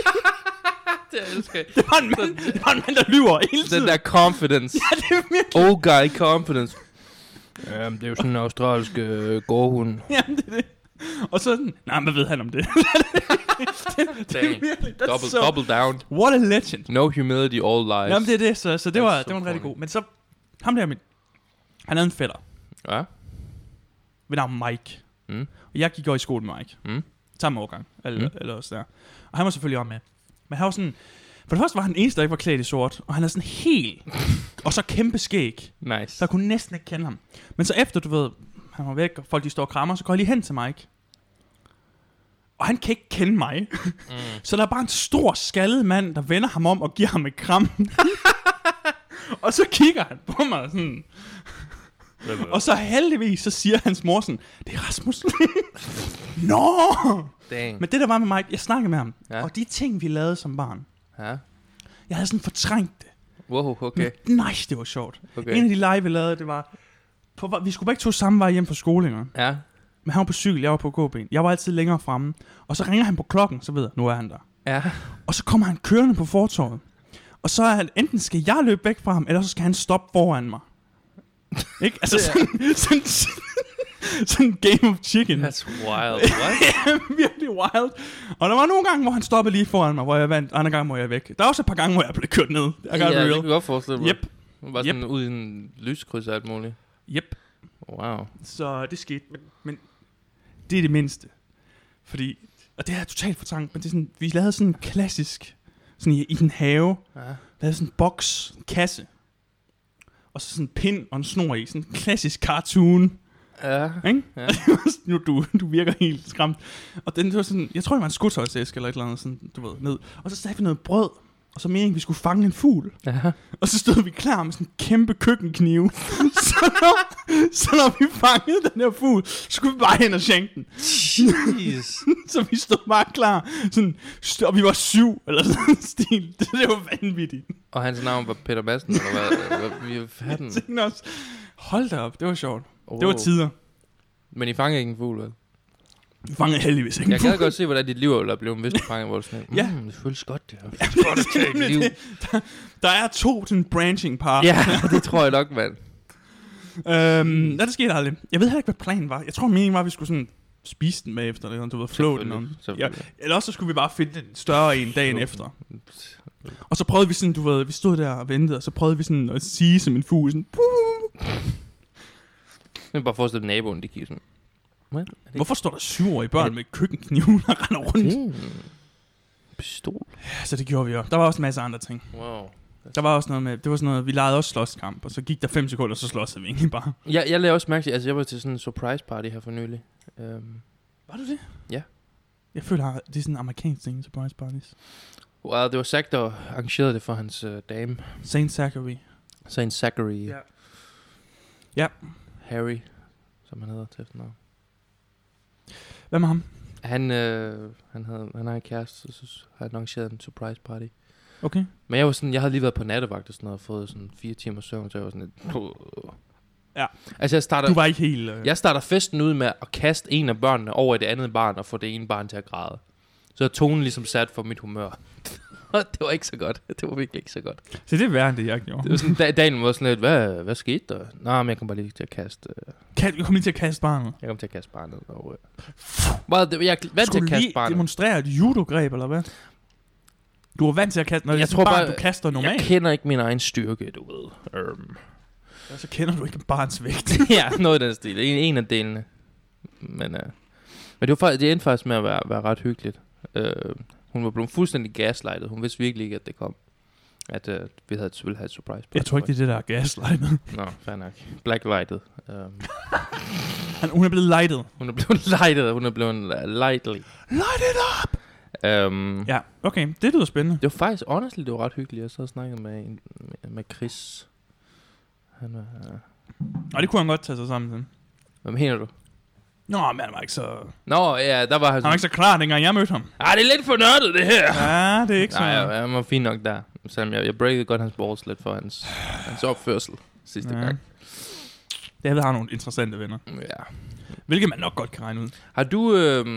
Det elsker jeg. Det var en mand, der lyver hele tiden. Den der confidence. Ja, det er virkelig. Old guy confidence. Det er jo sådan en australsk gårdhund. Jamen, det er det. Og så sådan, nej, hvad ved han om det? det er virkelig, double down. What a legend. No humility, all lies. Jamen, det er det, så det var en rigtig god. Men så, ham der, han havde en fætter. Ja. Ved navn Mike. Og jeg gik over i skole med Mike. Samme årgang, eller også der. Og han var selvfølgelig også med. Men han var sådan... For det første var han den eneste, der ikke var klædt i sort. Og han er sådan helt... og så kæmpe skæg. Nice. Så jeg kunne næsten ikke kende ham. Men så efter, du ved... Han var væk, og folk de står og krammer. Så går jeg lige hen til Mike. Og han kan ikke kende mig. Så der er bare en stor skaldet mand, der vender ham om og giver ham et kram. Og så kigger han på mig sådan... og så heldigvis, så siger hans mor sådan, det er Rasmus. Nå! Dang. Men det der var med Mike, jeg snakkede med ham. Ja. Og de ting, vi lavede som barn. Ja. Jeg havde sådan fortrængt det. Wow, okay. Men nice, det var sjovt. Okay. En af de lege, vi lavede, det var... vi skulle begge to samme vej hjem fra skole. Ja. Men han var på cykel, jeg var på gåben. Jeg var altid længere fremme. Og så ringer han på klokken, så ved jeg, nu er han der. Ja. Og så kommer han kørende på fortovet. Og så er han, enten skal jeg løbe væk fra ham, eller så skal han stoppe foran mig. Ikke? Altså sådan game of chicken. That's wild. What? Virkelig wild. Og der var nogle gange, hvor han stoppede lige foran mig, hvor jeg vandt. Andre gange, hvor jeg er væk. Der er også et par gange, hvor jeg blev kørt ned. Ja, det kan godt forestille mig. Yep. Var sådan ude i en lyskryds og alt muligt. Yep. Wow. Så det skete. Men det er det mindste. Fordi, og det er totalt fortrængt, men det er sådan, vi lavede sådan en klassisk, sådan i en have, lavede sådan en boks, en kasse, og så sådan en pind og en snor i, sådan en klassisk cartoon. Ja. Ikke? Ja. Nu du virker helt skræmt. Og den var sådan, jeg tror det var en skotøjsæske eller et eller andet sådan, du ved, ned. Og så sagde vi noget brød, og så meningen vi skulle fange en fugl. Ja. Og så stod vi klar med sådan en kæmpe køkkenknive. så når vi fangede den her fugl, så skulle vi bare hen og skænke den. Jeez. Så vi stod bare klar, sådan, og vi var 7 eller sådan en stil. Det var vanvittigt. Og hans navn var Peter Madsen, eller hvad? Vi havde den. Også, hold da op, det var sjovt. Det var tider. Men I fangede ikke en fugl, vel? Vi fangede heldigvis ikke. Jeg kan godt se, hvordan dit liv er blevet, hvis du fangede vores sådan. Ja. Det føles godt, det her. Det føles godt at tage et liv. Der er 2 sådan branching par. Ja, det tror jeg nok, mand. Det skete aldrig. Jeg ved heller ikke, hvad planen var. Jeg tror, meningen var, at vi skulle sådan spise den med efter det, du ved, flå den. Ja. Eller også så skulle vi bare finde en større en dagen efter. Og så prøvede vi sådan, du ved, vi stod der og ventede, og så prøvede vi sådan at sige som en fugl, sådan... Jeg kan bare forestille, at naboen, de kigger sådan... Hvorfor står der 7-årige børn med køkkenkniven og render rundt? Pistol? Ja, så det gjorde vi også. Der var også en masse andre ting. Wow. Der var også noget med, det var sådan noget, vi legede også slåskamp, og så gik der 5 sekunder, så slåsede vi egentlig bare. Jeg lavede også mærke til, altså jeg var til sådan en surprise party her for nylig. Var du det? Ja. Jeg føler, det er sådan en amerikansk ting, surprise parties. Well, det var Zack, der arrangerede det for hans dame. Saint Zachary. Saint Zachary. Ja. Ja. Harry, som han hedder til efternavn. Hvad med ham? Han har en kæreste, så han arrangeret en surprise party. Okay. Men jeg havde lige været på nattevagt og sådan noget, og fået sådan 4 timer søvn, så jeg var sådan lidt... Ja. Altså du var ikke helt... Jeg starter festen ud med at kaste en af børnene over i det andet barn, og få det ene barn til at græde. Så er tonen ligesom sat for mit humør. Det var ikke så godt. Det var virkelig ikke så godt. Så det er værre end det, jeg gjorde. Det var sådan, dagen var sådan lidt, hvad skete der? Nå, men jeg kom bare lige til at kaste... Jeg kom lige til at kaste barnet? Jeg kom til at kaste barnet. Og, jeg er vant til at kaste barnet. Demonstrere et judo-greb, eller hvad? Du er vant til at kaste... Når jeg tror bare, du kaster normalt. Jeg kender ikke min egen styrke, du ved. Ja, så kender du ikke barns vægt. Ja, noget af den stil. En af delene. Men det var faktisk, det endte faktisk med at være ret hyggeligt. Hun var blevet fuldstændig gaslightet. Hun vidste virkelig ikke, at det kom. At vi ville have et surprise. Jeg tror ikke, det er det, der er gaslightet. Nå, fair nok. Blacklightet. Hun er blevet lightet. Hun er blevet lightet. Hun er blevet lightly. Light it up! Ja, okay. Det lyder spændende. Det var faktisk, honestly, det var ret hyggeligt. Jeg så og snakkede med Chris. Han var... Og det kunne han godt tage sig sammen til. Hvad mener du? Nå, men han var ikke så... Nå, ja, der var han... Han var ikke så klar, dengang jeg mødte ham. Det er lidt for nørdet, det her. Ja, det er ikke så... Nej, han var fin nok der. Selvom jeg breakede godt hans balls lidt for hans opførsel sidste gang. David har nogle interessante venner. Ja. Hvilket man nok godt kan regne ud. Har du...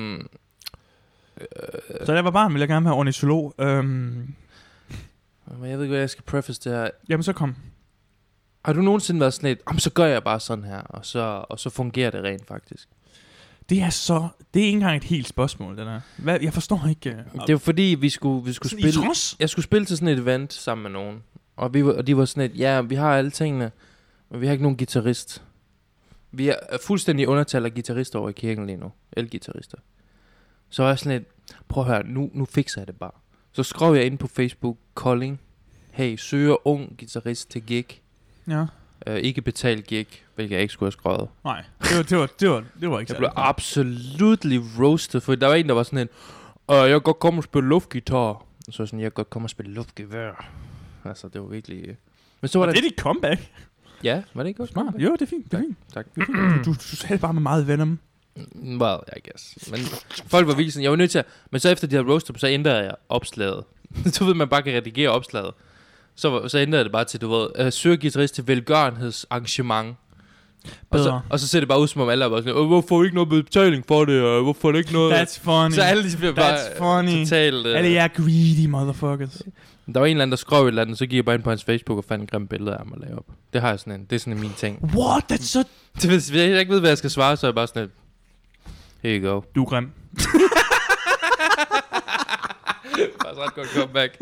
Så da jeg var barn, ville jeg gerne være ornitolog. Jeg ved ikke, hvad jeg skal preface det her. Jamen, så kom. Har du nogensinde været sådan lidt, så gør jeg bare sådan her, og så fungerer det rent faktisk? Det er ikke engang et helt spørgsmål, det der. Jeg forstår ikke... Det er jo fordi, vi skulle spille... Jeg skulle spille til sådan et event sammen med nogen. Og de var sådan et, ja, vi har alle tingene, men vi har ikke nogen guitarist. Vi er fuldstændig undertal af guitarister over i kirken lige nu. Elguitarister. Så var jeg sådan et, prøv at høre, nu fikser jeg det bare. Så skrev jeg ind på Facebook, Kolding, hey, søger ung guitarist til gig. Ja. Ikke betalt gig, hvilket jeg ikke skulle have skrevet. Nej, det var ikke. Jeg blev absolutely roasted, for der var en, der var sådan en, jeg kan godt komme og spille luftgitar. Og så sådan, jeg kan godt komme og spille luftgevær. Altså, det var virkelig... Men så var det dit comeback? Ja, var det ikke også smart? Jo, det er fint. Det er fint. Tak. Du sagde bare med meget venom. Well, I guess. Men folk var virkelig sådan, jeg var nødt til at... Men så efter de havde roasted, så ændrede jeg opslaget. Så ved man bare kan redigere opslaget. Så ændrede jeg det bare til, du ved, søger guitarist til velgørenhedsarrangement. Og så ser det bare ud, som om alle er bare sådan, hvorfor ikke noget betaling for det, og hvorfor er det ikke noget... That's funny. Så alle de bliver bare totalt... Alle jer greedy motherfuckers. Der var en eller anden, der skrev et eller andet, så gik jeg bare ind på hans Facebook og fandt en grim billede af ham at lave op. Det har jeg sådan en, det er sådan en min ting. What? That's so... Hvis jeg ikke ved, hvad jeg skal svare, så er jeg bare sådan et... Here you go. Du er grim. Faktisk ret godt comeback.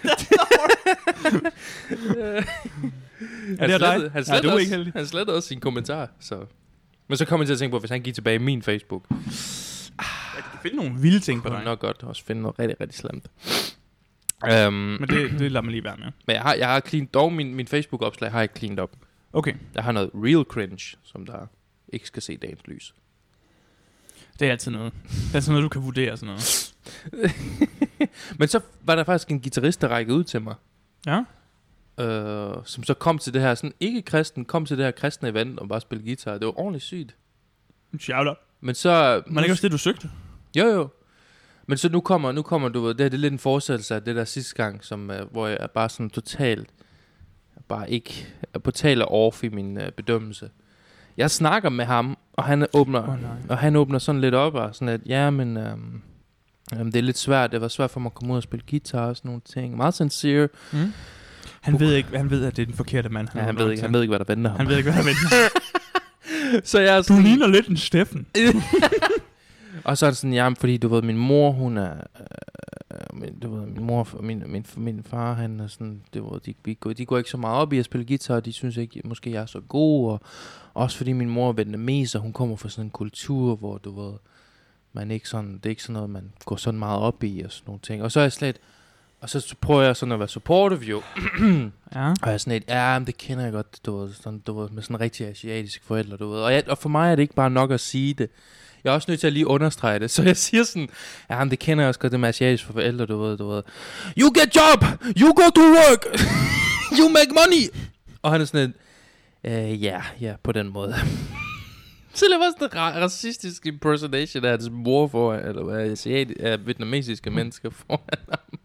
Han slettede også sine kommentarer, så... Men så kom jeg til at tænke på, hvis han gik tilbage i min Facebook. Du kan finde nogle vilde ting på dig. Nok godt også finde noget rigtig, rigtig slemt. Men det lader mig lige være med. Men jeg har cleaned, dog min Facebook-opslag har jeg cleaned op. Okay. Jeg har noget real cringe, som der ikke skal se dagens lys. Det er altid noget. Det er altid noget, du kan vurdere sådan noget. Men så var der faktisk en guitarist, der rækkede ud til mig. Ja. Som så kom til det her, sådan ikke kristen, kom til det her kristne event og bare spille guitar. Det var ordentligt sygt. Shout out. Men så... Men det er også det, du søgte? Jo. Men så nu kommer du ved, det er lidt en fortsættelse af det der sidste gang, som, hvor jeg er bare sådan totalt, bare ikke er på tale off i min bedømmelse. Jeg snakker med ham, og han åbner sådan lidt op og sådan at, ja, men det er lidt svært. Det var svært for mig at komme ud og spille guitar og sådan nogle ting. Meget sincere. Mm. Han ved, at det er den forkerte mand. Han ved ikke, hvad der venter ham. Han ved ikke, hvad der venter. Så jeg er sådan, du ligner lidt en Steffen. Og så er det sådan, jamen, fordi du ved, min mor, hun er... du ved, min mor og min far, han er sådan... De går ikke så meget op i at spille guitar, de synes ikke, måske jeg er så god, og også fordi min mor er vietnameser, hun kommer fra sådan en kultur, hvor du ved... Man ikke sådan, det er ikke sådan noget, man går sådan meget op i, og sådan nogle ting. Og så er jeg slet... Og så prøver jeg sådan at være supportive jo. Ja. Og jeg er sådan men det kender jeg godt, du ved, med sådan rigtig asiatiske forældre, du ved. Og for mig er det ikke bare nok at sige det. Jeg er også nødt til at lige understrege det. Så jeg siger sådan, men det kender jeg også godt, det med asiatiske forældre, du ved. You get job! You go to work! You make money! Og han er sådan ja, på den måde. Så det var sådan en racistisk impersonation af hans mor foran, eller hvad, vietnamesiske mennesker foran ham.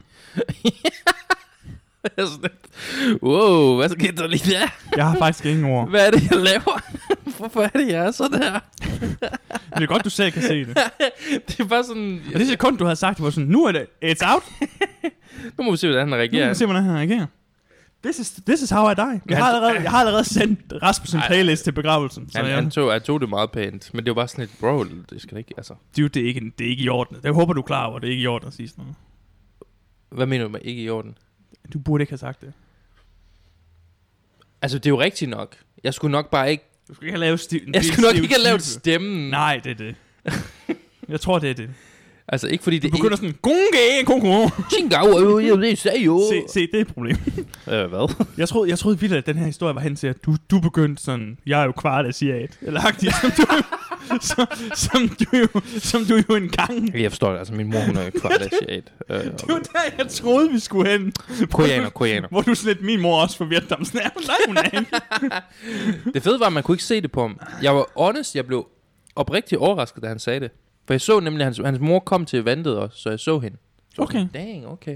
Jeg er sådan lidt, wow, hvad sker der lige der? Jeg har faktisk ingen ord. Hvad er det, jeg laver? Hvorfor er det, jeg er sådan her? Det er godt, du selv kan se det. Det er bare sådan... Og det sekund, du havde sagt, det var sådan, nu er det, it's out. Nu må vi se, hvordan han reagerer. Nu må vi se, hvordan han reagerer. This is how I die. Jeg har allerede sendt Rasmussen playlist til begravelsen. Så han tog det meget pænt. Men det var bare sådan lidt, bro, det skal ikke, altså. Dude, det er ikke i orden. Jeg håber, du er klar over, det er ikke i orden at sige sådan noget. Hvad mener du med ikke i orden? Du burde ikke have sagt det. Altså, det er jo rigtigt nok. Jeg skulle nok bare ikke... Du skulle ikke have lavet Jeg skulle nok ikke have lavet stemmen. Nej, det er det. Jeg tror, det er det. Altså, ikke fordi det... Du begynder sådan... Gonge. Se, det er et problem. Hvad? Jeg troede vildt, at den her historie var hen til, at du begyndte sådan... Jeg er jo kvart asiat. Eller agtigt, som du jo engang... Jeg forstår det. Altså, min mor, hun er jo kvart asiat. Det var der, jeg troede, vi skulle hen. Koreaner. Hvor du sådan lidt, min mor også for Vietnam. Nej, hun er ikke. Det fede var, at man kunne ikke se det på ham. Jeg var honest, jeg blev oprigtigt overrasket, da han sagde det. For jeg så nemlig, hans mor kom til eventet også, så jeg så hende. Så okay. Sådan, dang, okay.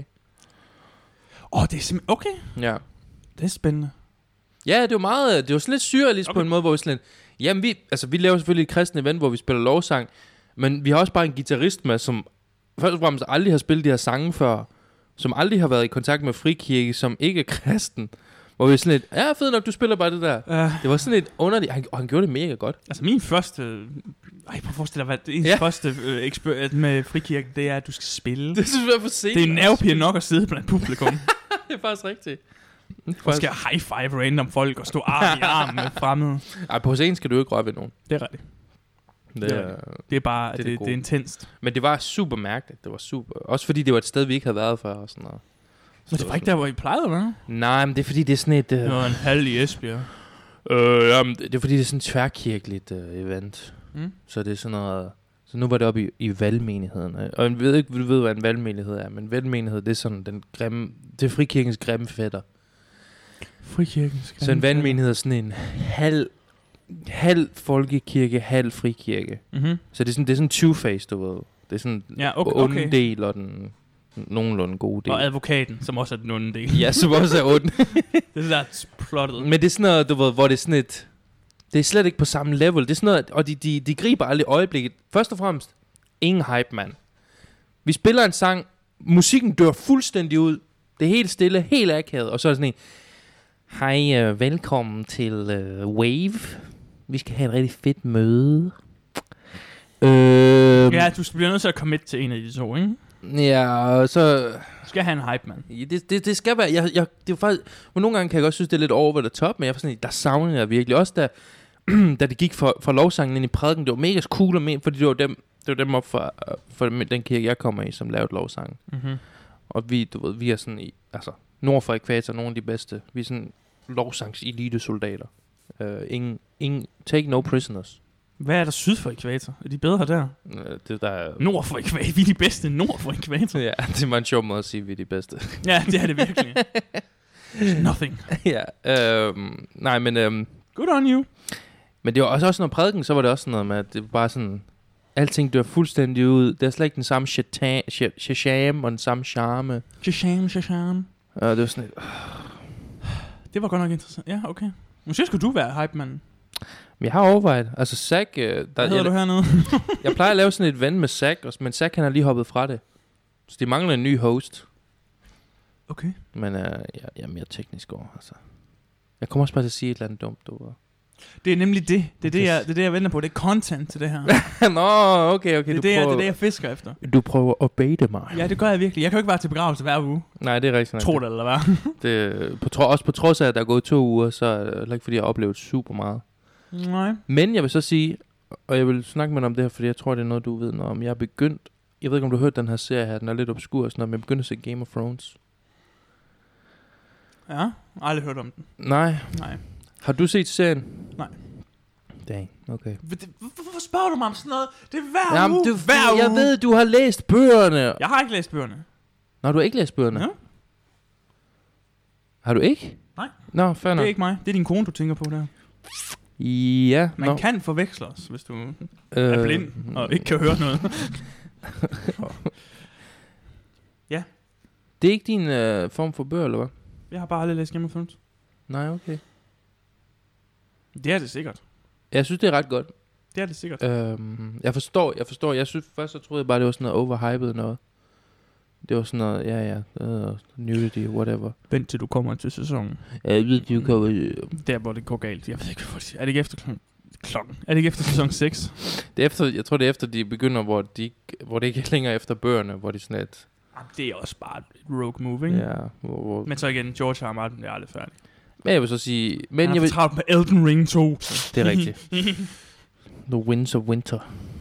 Det er simpelthen... Okay. Ja. Det er spændende. Ja, det var sådan lidt surrealistisk på en måde, hvor vi sådan lidt... Jamen, vi laver selvfølgelig et kristen event, hvor vi spiller lovsang, men vi har også bare en guitarist med, som først og fremmest aldrig har spillet de her sange før, som aldrig har været i kontakt med frikirke, som ikke er kristen. Hvor vi sådan lidt, fedt nok, du spiller bare det der. Det var sådan lidt underligt, og han gjorde det mega godt. Altså min første... prøv at forestille dig, hvad det første med frikirken, det er, at du skal spille. Det synes jeg for sent. Det er nervepirrende nok at sidde blandt publikum. Det er faktisk rigtigt. Du skal high five random folk og stå arm i arm med fremmede. Ej, på scenen skal du ikke røre ved nogen. Det er rigtigt. Det er bare, det er intenst. Men det var super mærkeligt, det var super. Også fordi det var et sted, vi ikke havde været før og sådan noget. Men det var ikke der, hvor I plejede at være? Nej, men det er fordi, det er sådan et... Det var en halv i Esbjerg. Jamen, det er fordi, det er sådan et tværkirkeligt event. Så det er sådan noget... Så nu var det oppe i valgmenigheden. Og jeg ved ikke, du ved, hvad en valgmenighed er, men valgmenighed, det er sådan den grimme... Det er frikirkens grimme fætter. Frikirkens grimme. Så en valgmenighed er sådan en halv folkekirke, halv frikirke. Mm-hmm. Så det er sådan two-face, du ved. Det er sådan onde del og den nogenlunde gode del. Og advokaten, som også er den onde del. Ja, som også er ond. Det er der plottet. Men det er sådan noget, du ved, hvor det er sådan et... Det er slet ikke på samme level. Det er sådan noget, og de griber aldrig øjeblikket. Først og fremmest, ingen hype, mand. Vi spiller en sang, musikken dør fuldstændig ud. Det er helt stille, helt akavet. Og så er det sådan en... Hej, velkommen til Wave. Vi skal have et rigtig fedt møde. Ja, du bliver nødt til at commit til en af de to, ikke? Ja, så... Du skal have en hype, mand. Ja, det skal være... det er jo faktisk... Men nogle gange kan jeg godt synes, det er lidt over the top, men jeg er sådan, der savner jeg virkelig. Også da det gik fra lovsangen ind i prædiken, det var mega cool, fordi det var dem op for den kirke, jeg kommer i, som lavede lovsangen. Mm-hmm. Og vi er sådan i... Altså, nord for ekvator, nogle af de bedste. Vi er sådan lovsangs elitesoldater. Ingen take no prisoners. Hvad er der syd for ekvator? Er de bedre der? Det der nord for ekvator. Vi er de bedste nord for ekvator. Ja, det var en sjov måde at sige, at vi er de bedste. Ja, det er det virkelig. Nothing. Ja, nej, men... Good on you. Men det var også når prædiken, så var det også sådan noget med, at det var bare sådan... Alting dør fuldstændig ud. Det er slet ikke den samme shasham og den samme charme. Shasham. Det var sådan et... Det var godt nok interessant. Ja, okay. Måske skulle du være hype, mand. Men jeg har overvejet. Altså, Zach... Hvad hedder du hernede? Jeg plejer at lave sådan et event med Zach, men Zach han har lige hoppet fra det. Så de mangler en ny host. Okay. Men jeg er mere teknisk over, altså. Jeg kommer også bare til at sige et eller andet dumt, du. Det er nemlig det. Det er det, jeg venter på. Det er content til det her. Nå, okay. Det er det, jeg fisker efter. Du prøver at baite mig. Ja, det gør jeg virkelig. Jeg kan jo ikke være til begravelse hver uge. Nej, det er rigtigt. Tro det eller hvad? Også på trods af, at der er gået 2 uger, så er det ikke, fordi jeg har oplevet super meget. Nej. Men jeg vil så sige, og jeg vil snakke med dig om det her, fordi jeg tror, det er noget, du ved noget om. Jeg er begyndt Jeg ved ikke, om du har hørt den her serie her. Den er lidt obskur, sådan noget, men jeg begynder at se Game of Thrones. Ja, aldrig hørt om den. Nej. Har du set serien? Nej. Dang, okay. Hvorfor spørger du mig om sådan noget? Det er hver Jamen, uge. jeg ved, du har læst bøgerne. Jeg har ikke læst bøgerne. Nå, du har ikke læst bøgerne? Ja. Har du ikke? Nej. Nå, fair nok. Det er ikke mig. Det er din kone, du tænker på der. Ja. Man kan forveksle os, hvis du er blind og ikke kan høre noget. Ja. Det er ikke din form for bøger, eller hvad? Jeg har bare aldrig læst Game of Thrones. Nej, okay. Det er det sikkert. Jeg synes, det er ret godt. Det er det sikkert. Jeg forstår. Jeg synes først, så troede jeg bare, det var sådan noget overhyped noget. Det var sådan noget, nudity, whatever. Vent til du kommer til sæsonen. Du kommer... Der, hvor det går galt. Jeg ved ikke, hvor det er. Det ikke efter klokken? Er det ikke efter sæson 6? Det er efter, jeg tror, det er efter, de begynder, hvor det ikke er længere efter bøgerne, hvor de sådan et... Det er også bare et rogue move, ikke? Ja, hvor... Men så igen, George R. Martin er aldrig færdig. Men jeg vil så sige... Men han jeg vil... travlt med Elden Ring 2. Det er rigtigt. The Winds of Winter.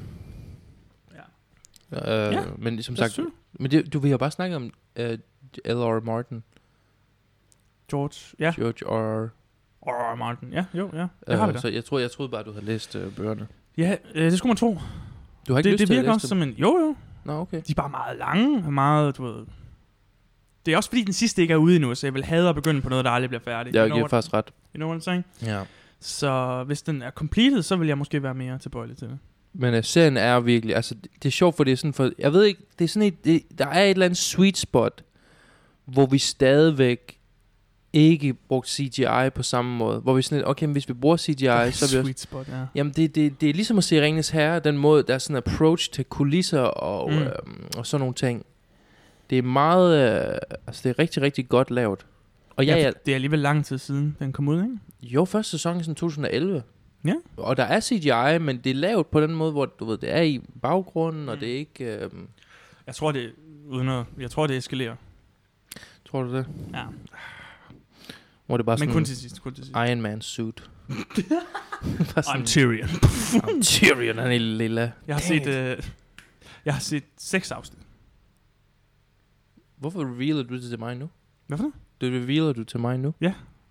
Ja. Men som sagt... Men du vil jo bare snakke om L.R. Martin. George, ja. George R. R. Martin, ja, jo, ja. Det har vi da. Så jeg troede bare, du havde læst bøgerne. Ja, det skulle man tro. Du har ikke lyst det til at virker læse også dem? som en... Jo. Nå, okay. De er bare meget lange, meget, du ved... Det er også fordi, den sidste ikke er ude endnu, så jeg vil have at begynde på noget, der aldrig bliver færdigt. Jeg giver faktisk ret. You know what I'm saying? Ja. Så hvis den er completed, så vil jeg måske være mere tilbøjelig til det. Men serien er virkelig... Altså, det er sjovt, for det er sådan... For, jeg ved ikke... Det er sådan der er et eller andet sweet spot, hvor vi stadigvæk ikke brugt CGI på samme måde. Hvor vi sådan lidt, okay, men hvis vi bruger CGI, så er vi sweet spot, ja. Jamen, det er ligesom at se Ringenes Herre, den måde, der er sådan en approach til kulisser og sådan nogle ting. Det er meget... altså, det er rigtig, rigtig godt lavet. Og ja, det er alligevel lang tid siden, den kom ud, ikke? Jo, første sæson er sådan 2011. Ja. Og der er CGI, men det er lavet på den måde, hvor du ved, det er i baggrunden, og det er ikke... Jeg tror, det eskalerer. Tror du det? Ja. Hvor det bare men sådan... kun til sidst. Iron Man suit. I'm Tyrion. I'm Tyrion, han er lille. Jeg har set 6 afsnit. Hvorfor revealer du det til mig nu? Hvorfor det? Du revealer du til mig nu? Ja.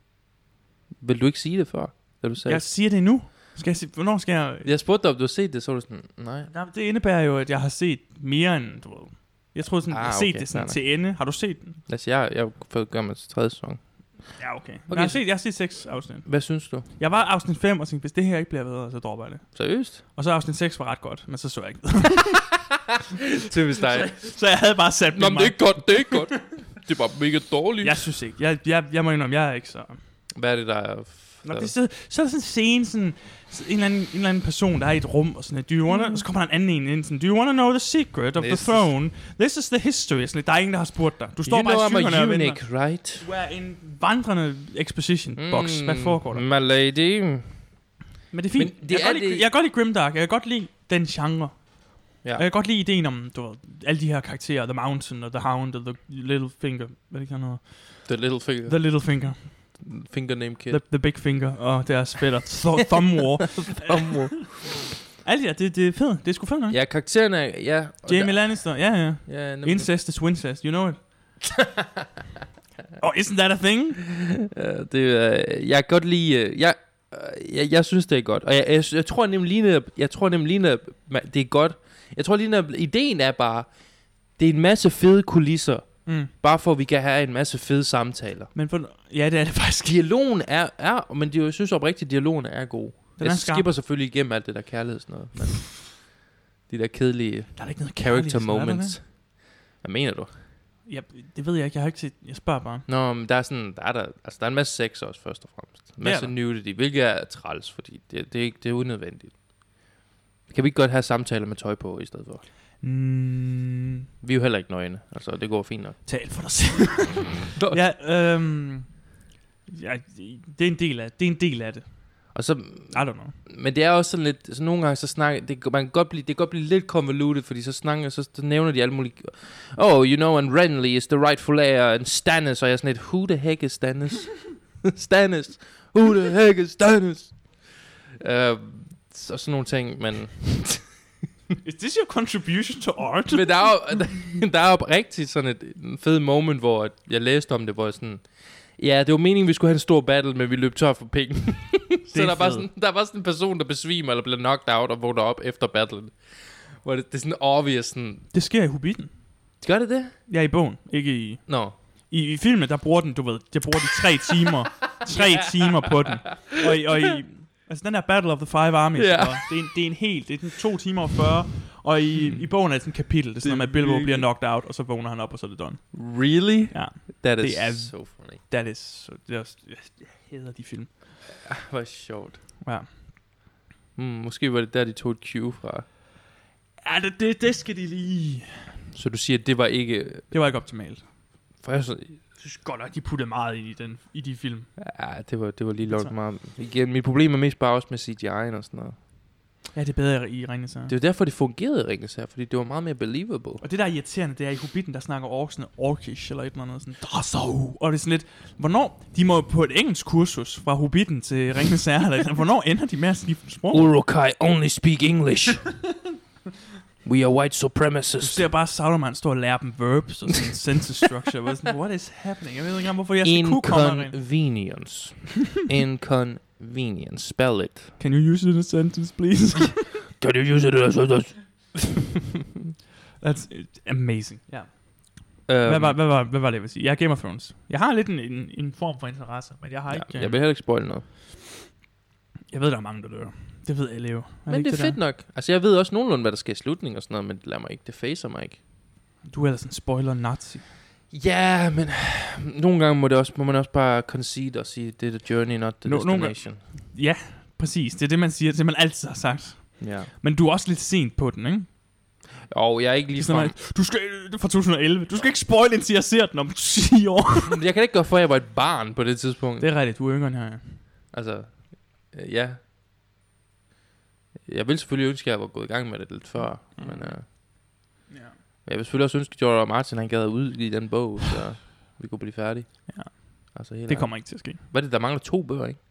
Vil du ikke sige det før? Du sagde? Jeg siger det nu. Hvornår skal jeg... Jeg spurgte dig, om du har set det, så var du sådan, nej. Det indebærer jo, at jeg har set mere end, du ved. Jeg troede sådan, jeg har set det sådan til ende. Har du set den? Altså, jeg gør mig til 3. sæson. Ja, okay. Jeg har set 6 afsnit. Hvad synes du? Jeg var afsnit 5 og tænkte, hvis det her ikke bliver bedre, så dropper jeg det. Seriøst? Og så afsnit 6 var ret godt, men så jeg ikke Typisk dig. Så jeg havde bare sat mig. Nå, det er ikke godt, det er ikke godt. Det er bare mega dårligt. Jeg synes ikke. Jeg må indrømme, jeg er ikke så... Hvad er det, der er... Nå, så er der sådan en scene, sådan en eller anden person, der er i et rum, og sådan, og så kommer der en anden ind, sådan, do you want to know the secret of the throne? This is the history. Sådan, der er ingen, der har spurgt dig. Du står bare i skyerne og venter. Right? Du er en vandrende exposition box. Hvad foregår der? My lady. Men det er fint. Men jeg kan godt lide Grimdark. Jeg kan godt lide den genre. Ja. Jeg kan godt lide ideen om, du ved, alle de her karakterer. The Mountain, og The Hound, og The Little Finger. Hvad det kan noget? The Little Finger. The Little Finger. Finger name kid. The Big Finger og deres fætter. Thumb War. Thumb War. Alt ja, det er fedt. Det er sgu fedt nok. Ja, karaktererne er... Ja, Jamie Lannister, ja. Incest is Wincest, you know it. Isn't that a thing? Jeg kan godt lide... Jeg synes, det er godt. Og jeg tror nemlig lige, at det er godt. Jeg tror lige, at ideen er bare... Det er en masse fede kulisser. Bare for at vi kan have en masse fede samtaler. Men ja, det er det faktisk. Dialogen er men jeg synes oprigtigt, dialogen er god. Jeg skipper selvfølgelig igennem alt det der kærlighed sådan noget, men de der kedelige der er ikke noget character moments. Hvad mener du? Ja, det ved jeg ikke. Jeg har ikke set. Jeg spørger bare. Nå, men der er en masse sex også først og fremmest. En masse nudity, hvilket er træls, fordi det er unødvendigt. Kan vi ikke godt have samtaler med tøj på i stedet for? Vi er jo heller ikke nøgne. Altså, det går fint nok. Tal for dig selv. Ja, det er en del af det. Og så, I don't know. Men det er også sådan lidt, så nogle gange så snakker, det kan godt blive lidt convoluted, fordi så nævner de alle mulige, you know, and Renly is the rightful heir, and Stannis, og jeg er sådan lidt, who the heck is Stannis? Stannis, who the heck is Stannis? Så sådan nogle ting, men... Is this your contribution to art? Men der er jo rigtig sådan en fed moment, hvor jeg læste om det, hvor jeg sådan... Ja, det var meningen, vi skulle have en stor battle, men vi løb tør for penge. Så der er bare sådan en person, der besvimer eller bliver knocked out og vågner op efter battlen. Hvor det er sådan obvious sådan... Det sker i Hobbiten. Gør det det? Ja, i bogen, ikke i... Nå. I filmen, der bruger den, du ved, der bruger de 3 timer. 3 timer på den. Og i... Altså, den her Battle of the Five Armies, det er en helt... Det er 2 timer og 40. Og i bogen er det sådan et kapitel. Det er sådan, at Bilbo bliver knocked out, og så vågner han op, og så er det done. Really? Ja. That is so funny. That is so... Jeg hader de film. Hvor sjovt. Ja. Måske var det der, de tog et cue fra. Ja, det skal de lige... Så du siger, at det var ikke... Det var ikke optimalt. For jeg synes godt nok, de puttede meget i de film. Ja, det var lige lort meget. Igen, mit problem er mest bare også med CGI'en og sådan noget. Ja, det er bedre i Ringenes Herre. Det er jo derfor, det fungerede i Ringenes Herre, fordi det var meget mere believable. Og det der er irriterende, det er i Hobbiten, der snakker orksene orkish eller et eller andet sådan. Og det er sådan lidt, hvornår, de må på et engelsk kursus fra Hobbiten til Ringenes Herre, eller hvornår ender de med at skifte sprog? Uruk-hai only speak English. We are white supremacists. Du ser bare Sauron stå og lære dem verbs og sådan sentence structure. Sådan, what is happening? Jeg ved ikke engang, hvorfor jeg skal kunne komme Inconvenience. Inconvenience. Spell it. Can you use it in a sentence, please? Can you use it in a sentence? That's amazing. Ja. Hvad var det, jeg vil sige? Jeg er Game of Thrones. Jeg har lidt en form for interesse, men jeg har ikke... Jeg vil heller ikke spoil noget. Jeg ved, der er mange, der dør. Det ved alle jo. Men det er fedt nok. Altså, jeg ved også nogenlunde, hvad der sker i slutningen og sådan noget, men det lader mig ikke. Det facer mig ikke. Du er ellers en spoiler-nazi. Ja, men nogle gange må man også bare concede og sige, det er the journey, not the destination. Ja, præcis. Det er det, man siger. Det er man altid har sagt. Ja. Men du er også lidt sent på den, ikke? Og jeg er ikke lige frem. Du skal fra 2011. Du skal ikke spoil, indtil jeg ser den om 10 år. Jeg kan ikke gøre for, at jeg var et barn på det tidspunkt. Det er rigtigt. Du er yngre end her, ja. Altså, ja. Jeg vil selvfølgelig ønske, at jeg var gået i gang med det lidt før. Men jeg vil selvfølgelig også ønske, at George R. Martin han gad ud i den bog, så vi kunne blive færdige. Ja. Altså, det kommer ikke til at ske. Hvad er det, der mangler 2 bøger, ikke?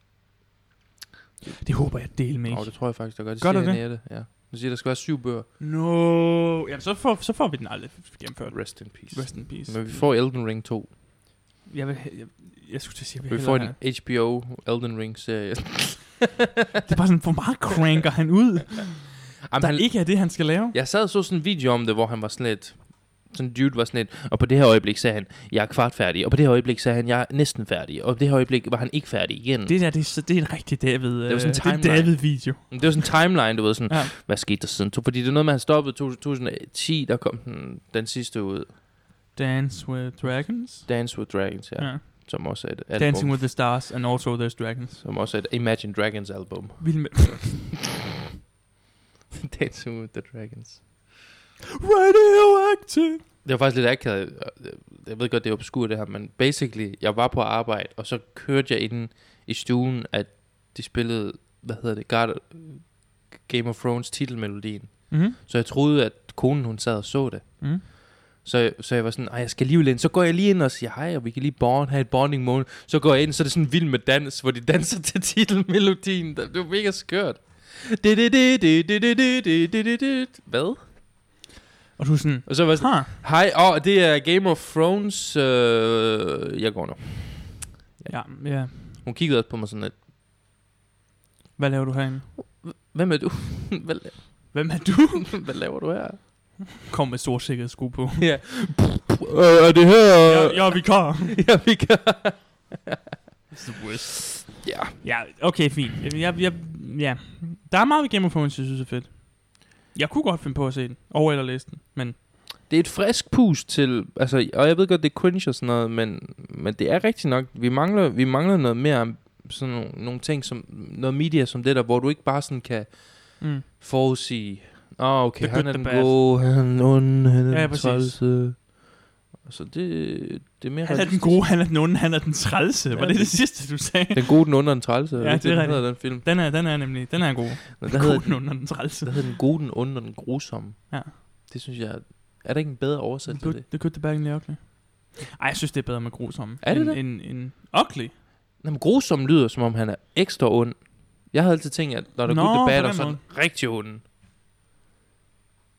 Det håber jeg del med. Det tror jeg faktisk, der gør. Gør det? Ja. Du siger, der skal være 7 bøger. No. Jamen, så får vi den aldrig gennemført. Rest in peace. Rest in peace. Men vi får Elden Ring 2. Jeg skulle til at sige, vi får en HBO Elden Ring serie. Det er bare sådan, hvor meget cranker han ud. Der ikke er det, han skal lave. Jeg sad og så sådan en video om det, hvor han var sådan lidt... Sådan en dude var sådan lidt... Og på det her øjeblik sagde han, jeg er kvart færdig. Og på det her øjeblik sagde han, jeg er næsten færdig. Og på det her øjeblik var han ikke færdig igen. Det der, det er en rigtig David... Det var sådan en timeline. Det er David-video. Det var sådan en timeline, du ved sådan... Ja. Hvad skete der siden? Fordi det er noget med, han stoppede i 2010, der kom den sidste ud. Dance with Dragons? Dance with Dragons, ja. Som også er et album. Dancing with the Stars and also There's Dragons. Som også er et Imagine Dragons album. Dancing with the Dragons. Radioactive. Det var faktisk lidt akavet. Jeg ved godt, det er obskur det her, men basically, jeg var på arbejde, og så kørte jeg ind i stuen, at de spillede, Game of Thrones titelmelodien. Mm-hmm. Så jeg troede, at konen hun sad og så det. Mm. Så jeg var sådan, jeg skal alligevel ind. Så går jeg lige ind og siger hej, og vi kan lige have et bonding moment. Så går jeg ind, så er det sådan vild med dans, hvor de danser til titelmelodien. Det var mega skørt. Hvad? Og du sådan... Og så var jeg sådan, hej, det er Game of Thrones. Jeg går nu. Ja. Hun kiggede også på mig sådan lidt. Hvad laver du herinde? Hvem er du? Hvem er du? Hvad laver du her? Kom med stor sikkerhedssko på. Ja. Er det her? Jeg er vikar. Jeg er vikar. It's the worst. Ja. Ja, okay, fint. Ja. Der er meget ved Game of Thrones, jeg synes er fedt. Jeg kunne godt finde på at se den. Eller læse den, men... Det er et frisk pust til... Altså, og jeg ved godt, det er cringe og sådan noget, men det er rigtigt nok. Vi mangler noget mere... Sådan nogle ting, som... Noget media som det der, hvor du ikke bare sådan kan... forudsige... okay, han er den gode, han er den onde, han er den trælse. Så det er mere... Han er den gode, han er den onde, han er den trælse. Var det sidste, du sagde? Den gode, den onde og den trælse. Ja, det er rigtigt. Den film. Den er nemlig, den er god. Den gode, den onde og den trælse. Der hedder den gode, den onde og den grusomme. Ja. Det synes jeg... Er der ikke en bedre oversættelse af det? The good, the bad and the ugly. Ej, jeg synes, det er bedre med grusomme. Er det en ugly? Men grusomme lyder, som om han er ekstra ond. Jeg havde altid tænkt, at når der er good, the bad, er sådan rigtig ond.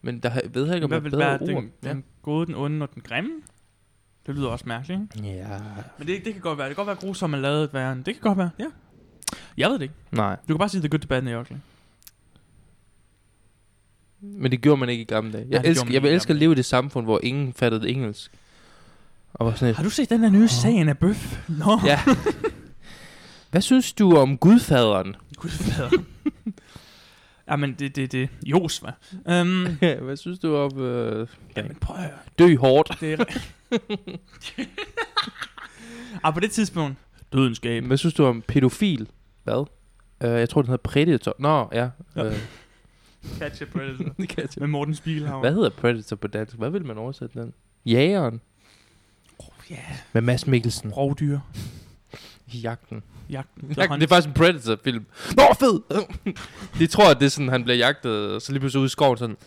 Men der ved jeg ikke, om hvad der er vil bedre være ord. den gode, den onde og den grimme? Det lyder også mærkeligt, ikke? Ja. Men det kan godt være. Det kan godt være, grusom er lavet værre. Det kan godt være, ja. Jeg ved det ikke. Nej. Du kan bare sige, the good, the bad, and the ugly. Men det gjorde man ikke i gamle dage. Nej, Jeg vil elske at leve i det samfund, hvor ingen fattede engelsk. Og var sådan et, har du set den der nye Sagen af Bøf? Nå. Ja. Hvad synes du om Gudfaderen? Gudfader. Jamen, det. Jos, hva'? Hvad synes du om Jamen, prøv at høre. dø hårdt? Det er på det tidspunkt. Dødenskab. Hvad synes du om pædofil? Hvad? Jeg tror, den hedder Predator. Nå, ja. Catch a Predator. Catch a- Med Morten Spiegelhauer. Hvad hedder Predator på dansk? Hvad vil man oversætte den? Jægeren. Ja. Med Mads Mikkelsen. Rovdyr. Jagten. Jagten. Det er faktisk en Predator-film. Nå, fed! De tror, at det er sådan, han bliver jagtet, og så lige pludselig ude i skoven sådan.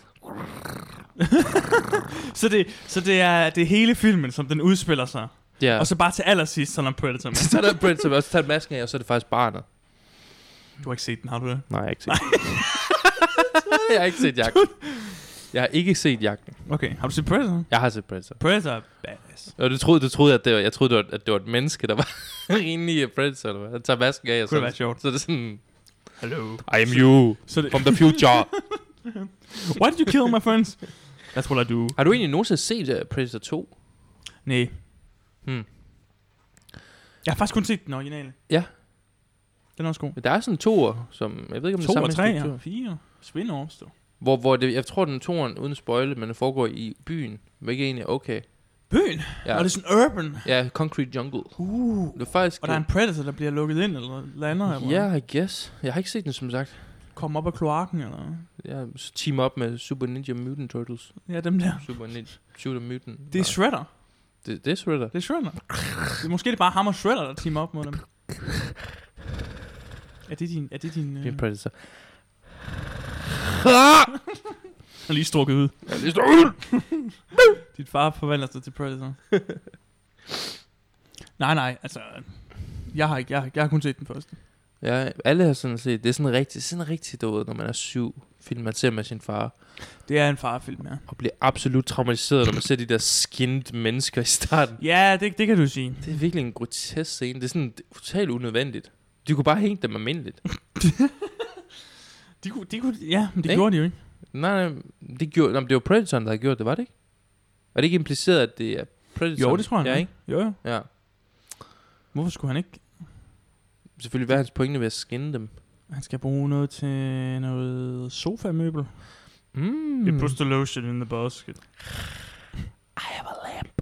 så det er hele filmen, som den udspiller sig. Ja. Og så bare til allersidst, så er der en Predator med. Så er der Predator, og så tager masken af, og så er det faktisk barnet. Du har ikke set den, har du det? Nej, jeg har ikke set Jeg har ikke set jagten. Jeg har ikke set jagten. Okay, har du set Predator? Jeg har set Predator. Predator er badass. Og du troede, at jeg troede, at det var et menneske, der var inde i Predator, eller hvad? Han tager masken af, og Kunne det være sjovt? så er det sådan, Hello. I am you, Så det, from the future. why did you kill my friends? That's what I do. Har du egentlig nogensinde set Predator 2? Nej. Hmm. Jeg har faktisk kun set den originale. Ja. Den er også god. Men der er sådan en toer, som, jeg ved ikke, om det er 2 og 3 instruktør. og 4. Spin-offs, du. Hvor det, jeg tror, den toeren, uden spoile, men det foregår i byen. Hvilket egentlig er okay. Byen? Ja. Og det er sådan urban. Ja, Concrete Jungle. Det er faktisk... Og der er en Predator, der bliver lukket ind, eller lander. Eller Ja, I guess. Jeg har ikke set den, som sagt. Kommer op af kloakken, eller... Jeg team op med Super Ninja Mutant Turtles. Ja, dem der. Super Ninja Shooter Mutant. Det er Shredder. Det er Shredder. Det er Shredder. Det er måske det bare ham og Shredder, der teamer op mod dem. Er det din... Det er en Predator. Han er lige strukket ud. Ja, det står ud! Dit far forvandler sig til Predator. nej, altså... Jeg har kun set den første. Ja, alle har sådan set. Det er sådan rigtig dårligt, når man er 7. Film, man ser med sin far. Det er en farfilm, ja. Og bliver absolut traumatiseret, når man ser de der skinned mennesker i starten. Ja, det kan du sige. Det er virkelig en grotesk scene. Det er sådan totalt unødvendigt. De kunne bare hænge dem almindeligt. de kunne, ja, men det ikke? gjorde de jo ikke. Nej, det var Predatoren, der havde gjort det, var det ikke? Var det ikke impliceret, at det er Predatoren? Jo, det tror jeg. Ja, ikke? Jo. Ja. Hvorfor skulle han ikke? Selvfølgelig, hvad er hans pointe ved at skinne dem? Han skal bruge noget til noget sofamøbel. You put the lotion in the basket. I have a lamp.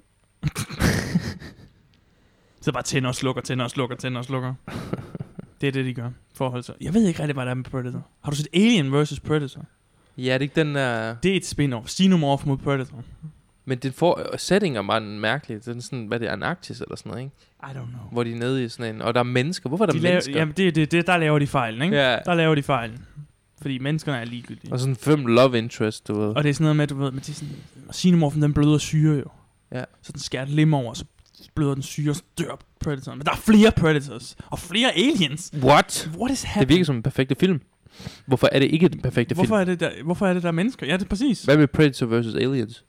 Så bare tænder og slukker. Det er det, de gør. Forhold sig. Jeg ved ikke rigtig, hvad der er med Predator. Har du set Alien vs. Predator? Ja, det er ikke den der... Det er et spin-off. Xenomorph mod Predator. Men den setting er meget mærkelig. Den er sådan, hvad det er, Antarktis eller sådan noget, ikke? I don't know. Hvor de er nede i sådan en... Og der er mennesker. Hvorfor er der mennesker? Jamen, det, der laver de fejl, ikke? Ja. Der laver de fejl. Fordi menneskerne er ligegyldige. Og sådan 5 love interest, du ved. Og det er sådan noget med, du ved, med de sådan... Xenomorphen, den bløder syre jo. Ja. Så den skærer lim over, så bløder den syre, så dør Predator. Men der er flere Predators. Og flere aliens. What? What is Det happening? virker som en perfekte film. Hvorfor er det ikke den perfekte film? Hvorfor er det, der er mennesker? Ja, det er præcis. Hvad med Predator vs. Aliens?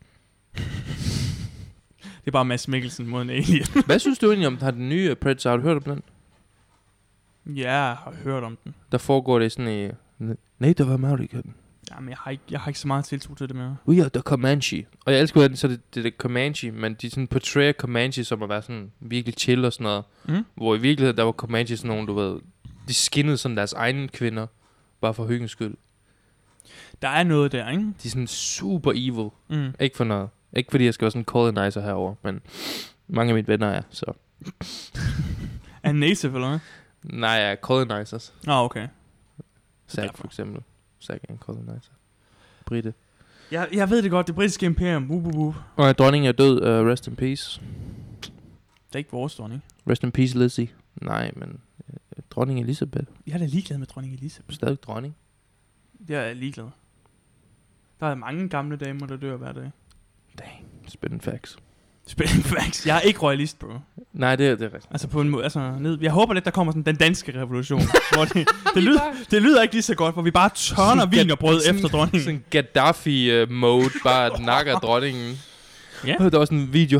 Det er bare Mads Mikkelsen mod en alien. Hvad synes du egentlig om den nye Predator? Har du hørt om den? Ja, jeg har hørt om den. Der foregår det sådan i Native American. Jamen, jeg har ikke så meget tiltro til det mere. We are the Comanche. Og jeg elsker, hvordan så det er Comanche, men de sådan portrayer Comanche som at være sådan virkelig chill og sådan noget. Hvor i virkeligheden, der var Comanche sådan nogle, du ved, de skinnede sådan deres egne kvinder, bare for hyggens skyld. Der er noget der, ikke? De er sådan super evil. Ikke for noget. Ikke fordi jeg skal være sådan en colonizer herover, men mange af mine venner er, så. Er native, eller hvad? Nej, jeg er colonizers. Okay. Zack for eksempel. Zack er en colonizer. Britte. Jeg ved det godt, det britiske imperium. Og dronningen er død. Rest in peace. Det er ikke vores dronning. Rest in peace, Lizzie. Nej, men dronning Elizabeth. Jeg er da ligeglad med dronning Elizabeth. Stadig dronning. Jeg er ligeglad. Der er mange gamle damer, der dør hver dag. Dang, spændende facts. Facts. Jeg er ikke royalist, bro. Nej, det er rigtigt. Altså på en måde, jeg håber lidt, der kommer sådan den danske revolution, hvor det lyder ikke lige så godt, hvor vi bare tørner vin og brød efter dronningen. Sådan Gaddafi-mode, bare nakker dronningen. Ja. Der var sådan en video.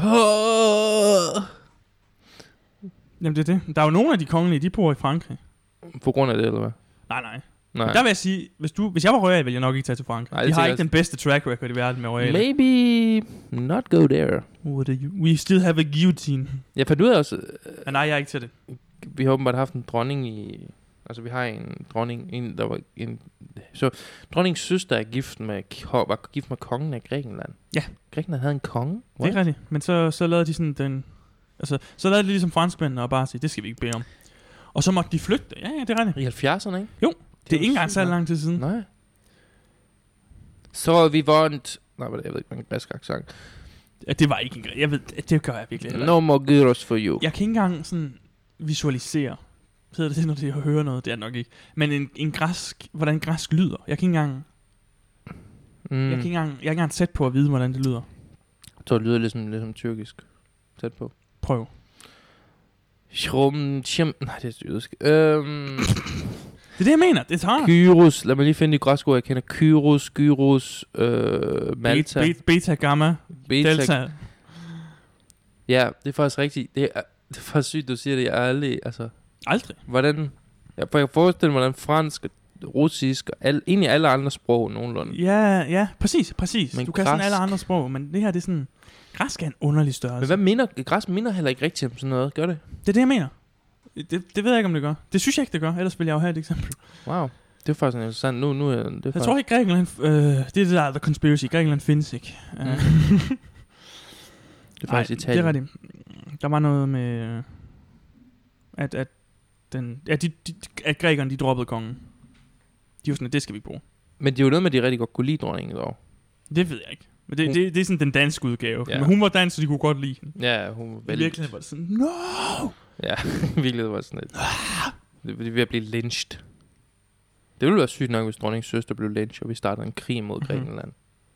Jamen det er det. Der er jo nogle af de kongelige, de bor i Frankrig. På grund af det, eller hvad? Nej. Der vil jeg sige, hvis jeg var royal, ville jeg nok ikke tage til Frankrig. Nej, de har ikke den bedste track record i verden med royale. Maybe not go there. We still have a guillotine. Jeg fandt ud af også... Nej, jeg er ikke til det. Vi har åbenbart haft en dronning i... Altså, vi har en dronning... der var en... Så dronningens søster er var gift med kongen af Grækenland. Ja. Grækenland havde en konge? What? Det er rigtigt. Men så lavede de sådan den... Altså, så lavede de ligesom franskmændene og bare sige, det skal vi ikke bede om. Og så måtte de flygte. Ja, det er rigtigt. I 70'erne, ikke? Jo. Det er ikke engang så lang tid siden. Nej. Så vi vandt... Nej, jeg ved ikke, hvad en græsk accent. Ja, det var ikke en græsk. Jeg ved, det gør jeg virkelig. No more gyros for you. Jeg kan ikke engang sådan visualisere. Så det når det hører noget, det er nok ikke. Men en græsk, hvordan græsk lyder. Jeg kan ikke engang... Jeg er ikke engang tæt på at vide, hvordan det lyder. Så det lyder ligesom tyrkisk. Tæt på. Prøv. Nej, det er jødisk. Det er det, jeg mener. Det tager. Gyros. Lad mig lige finde de græske ord, jeg kender. Gyros, Malta. Beta, gamma, delta. Ja, det er faktisk rigtigt. Det er faktisk sygt, du siger det. Jeg er aldrig. Hvordan... Jeg kan forestille mig, hvordan fransk, russisk og egentlig alle andre sprog nogenlunde. Ja, præcis. Men du kan sådan alle andre sprog, men det her, det er sådan... Græsk er en underlig størrelse. Men græsk minder heller ikke rigtigt om sådan noget. Gør det? Det er det, jeg mener. Det ved jeg ikke, om det gør. Det synes jeg ikke, det gør. Ellers vil jeg jo have et eksempel. Wow. Det er faktisk interessant. Nu er det jeg tror ikke, Grækenland... det er det der, the conspiracy. Grækenland findes ikke. Det er faktisk Italien. Det er rigtigt. Der var noget med... At grækerne, de droppede kongen. De var sådan, at det skal vi bruge. Men det er jo noget med, at de rigtig godt kunne lide dronningen dog. Det ved jeg ikke. Men det er sådan den danske udgave. Ja. Men hun var dansk, så de kunne godt lide hende. Ja, hun var veldig... Virkelig var det sådan, no! Ja, virkelig var det sådan lidt... Det er ved at blive lynched. Det ville være sygt nok, hvis dronningens søster blev lynched, og vi startede en krig mod Grækenland.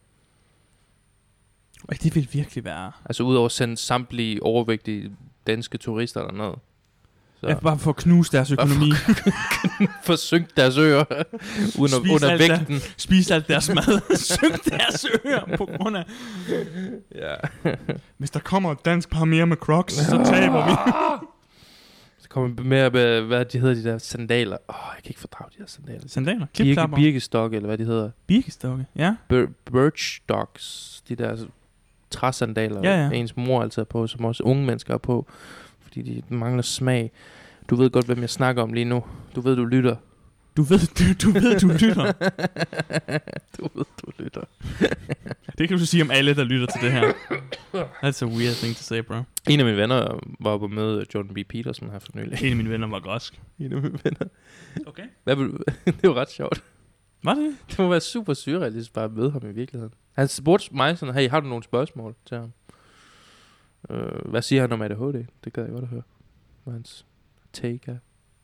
Det ville virkelig være... Altså udover at sende samtlige overvægtige danske turister eller noget. Ja, bare for at knuse deres økonomi. For at synke deres ører under vægten. Spise alt deres mad. Synke deres ører på grund af... Ja. Hvis der kommer et dansk par mere med Crocs, så taber vi. Så kommer mere med, hvad de hedder, de der sandaler. Jeg kan ikke fordrage de der sandaler. Sandaler? Birkestokke, eller hvad de hedder. Birkestokke, ja. Birch dogs. De der træsandaler, ja. Ens mor altid er på, som også unge mennesker er på. Fordi de mangler smag. Du ved godt, hvem jeg snakker om lige nu. Du ved, du lytter. Du ved, du lytter. Du ved, du lytter. Det kan du sige om alle, der lytter til det her. That's a weird thing to say, bro. En af mine venner var oppe med Jordan B. Peterson her for nylig. En af mine venner var græsk. En af mine venner. Okay. Det var ret sjovt. Var det? Det må være super surrealistisk bare at møde ham i virkeligheden. Han spurgte mig sådan, hey, har du nogle spørgsmål til ham? Hvad siger han om ADHD? Det gad jeg godt at høre. Hvad hans take er.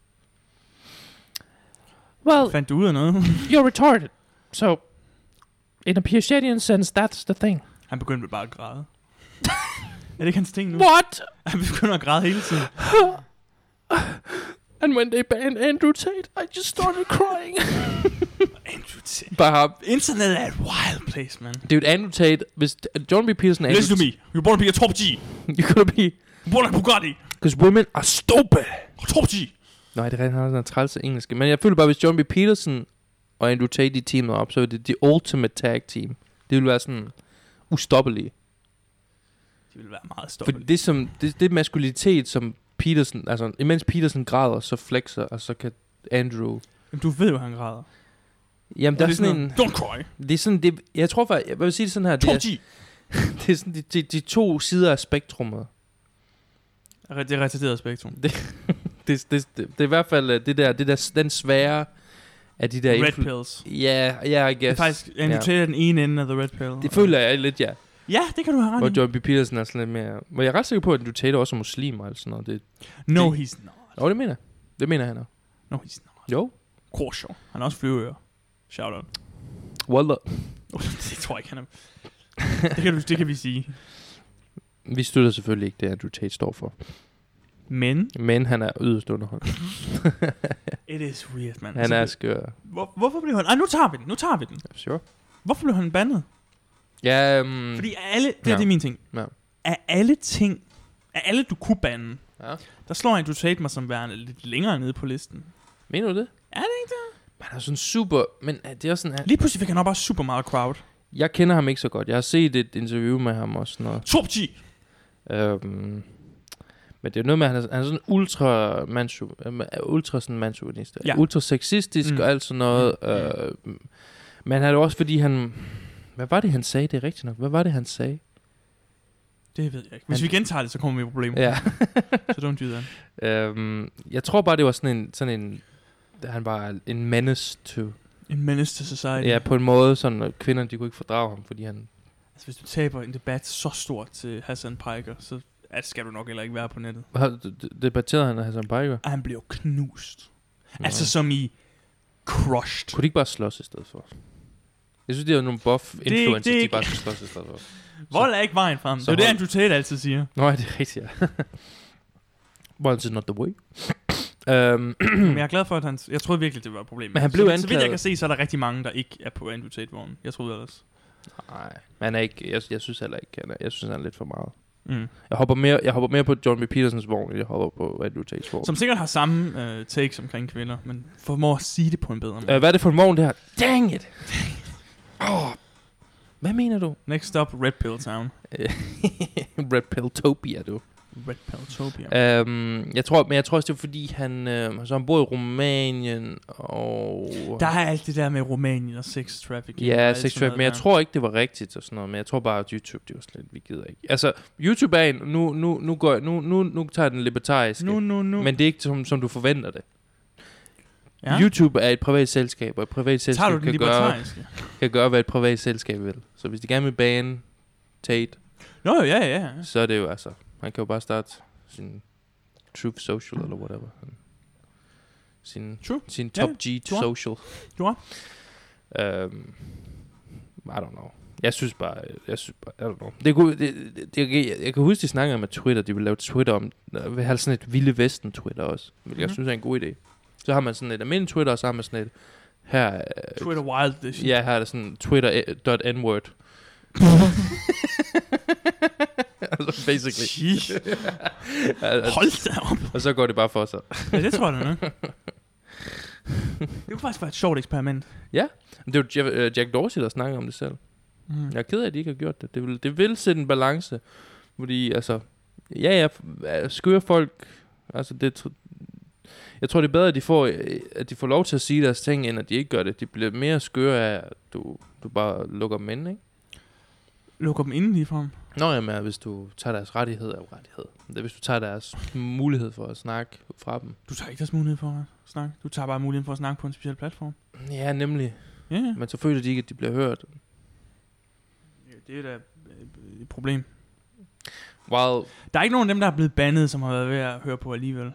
Well, fandt du ud af noget? You're retarded. So, in a Piagetian sense, that's the thing. Han begyndte bare at græde. Er det ikke hans ting nu? What? Han begynder at græde hele tiden. And when they banned Andrew Tate, I just started crying. Andrew Tate. Bare internet er et wild place, man. Dude, Andrew Tate, hvis John B. Peterson... Listen to me. You're born to be a top G. You're gonna be... You're born like Bugatti. Because women are stupid. Top G. Nej, det er rent, han har sådan en træls engelsk. Men jeg føler bare, hvis John B. Peterson og Andrew Tate, de teamet op, så er det the ultimate tag team. Det vil være sådan ustoppelige. Det vil være meget stoppelige. For det er maskulinitet, som Peterson... Altså, imens Peterson græder, så flexer, og så kan Andrew... Men du ved jo, han græder. Jamen, der er sådan en... Don't cry. Det er sådan... Jeg tror faktisk... Jeg vil sige det sådan her... Det er sådan de to sider af spektrummet. Det er retarderet spektrum. Det er i hvert fald den svære af de der... Red pills. Ja, I guess. Det er faktisk... Andrew Tate er den ene ende af the red pill. Det føler jeg lidt, ja. Ja, det kan du have ret i. Og John B. Peterson er sådan lidt mere... Men jeg er ret sikker på, at Andrew Tate også er muslim og sådan noget. No, he's not. Jo, det mener jeg. Det mener han er. No, he's not. Jo. Korshaw. Han er også flyveører. Shout out. Walter. Det tror jeg ikke, han er. Det kan vi sige. Vi støtter selvfølgelig ikke det, Andrew Tate står for. Men han er yderst underholdende. It is weird, man. Han er skør. Hvorfor blev han... nu tager vi den. Sure. Hvorfor blev han bandet? Ja, Fordi det er min ting. Ja. Af alle du kunne bande, der slår Andrew Tate mig som værende lidt længere nede på listen. Mener du det? Er det ikke det? Han er sådan super... Men det er også sådan... Lige pludselig fik han også bare super meget crowd. Jeg kender ham ikke så godt. Jeg har set et interview med ham og sådan noget. Top G! Men det er noget med, at han er sådan ultra sådan mandsjuvenist. Ja. Ultra sexistisk og alt sådan noget. Men han er jo også fordi han... Hvad var det, han sagde? Det er rigtigt nok. Hvad var det, han sagde? Det ved jeg ikke. Hvis vi gentager det, så kommer vi i problemer. Ja. Så don't do that. Jeg tror bare, det var sådan en han var en menace to... En menace to society. Ja, på en måde, sådan at kvinderne, de kunne ikke fordrage ham, fordi han... Altså, hvis du taber en debat så stort til Hassan Piker, så skal du nok heller ikke være på nettet. Debatterede han af Hassan Piker? Han blev knust. Nå. Altså, som i crushed. Kunne de ikke bare slås i stedet for? Jeg synes, det er nogle buff influencers, de bare skal slås i stedet for. Vold er ikke vejen frem. Det er det, Andrew Tate altid siger. Nå, det er rigtigt, ja. Violence is not the way. Men jeg er glad for, at han... Jeg troede virkelig, det var et problem. Men han blev anklaget. Så vidt jeg kan se, så er der rigtig mange, der ikke er på Andrew Tate-vognen. Jeg troede ellers. Nej, men han er ikke... Jeg synes heller ikke, jeg synes, han er lidt for meget. Mm. Jeg hopper mere på Jordan B. Petersons vogn, end jeg hopper på Andrew Tates vogn. Som sikkert har samme takes omkring kvinder, men formår at sige det på en bedre måde. Hvad er det for en vogn, det her? Dang it! Hvad mener du? Next stop, Red Pill Town. Red Pilltopia, du. Red Pilltopia. Jeg tror også, det er fordi, han bor i Rumænien, og... Der er alt det der med Rumænien og sex trafficking. Ja, sex trafficking, men jeg tror ikke, det var rigtigt og sådan noget, men jeg tror bare, at YouTube, det var slet, vi gider ikke. Altså, YouTube er nu tager den libertariske, men det er ikke som du forventer det. Ja. YouTube er et privat selskab, og et privat selskab kan gøre, hvad et privat selskab vil. Så hvis de gerne vil bane Tate, ja. Så er det jo altså, han kan jo bare starte sin Truth Social eller whatever. Sin Top G Social. Ja. I don't know. Jeg synes bare, I don't know. Jeg kan huske, de snakker om, at Twitter, de vil lave Twitter om, vil have sådan et Vilde Vesten Twitter også, hvilket jeg synes er en god idé. Så har man sådan et almindeligt Twitter, og så har man sådan et her... Twitter Wild Edition. Ja, her er det sådan Twitter.nword. Altså, basically. Hold da op. Og så går det bare for sig. Ja, det tror jeg da. Det kunne faktisk være et sjovt eksperiment. Ja, det er jo Jack Dorsey, der snakker om det selv. Jeg er ked af, at de ikke har gjort det. Det vil sætte en balance. Fordi, altså... Ja, skøre folk... Altså, jeg tror, det er bedre, at de får lov til at sige deres ting, end at de ikke gør det. De bliver mere skøre af, at du bare lukker dem inde, ikke? Lukker dem inde lige frem? Nå, jamen, hvis du tager deres rettighed. Det er, hvis du tager deres mulighed for at snakke fra dem. Du tager ikke deres mulighed for at snakke? Du tager bare muligheden for at snakke på en speciel platform? Ja, nemlig. Yeah. Men så føler de ikke, at de bliver hørt. Ja, det er da et problem. Well, der er ikke nogen af dem, der er blevet bandet, som har været ved at høre på alligevel.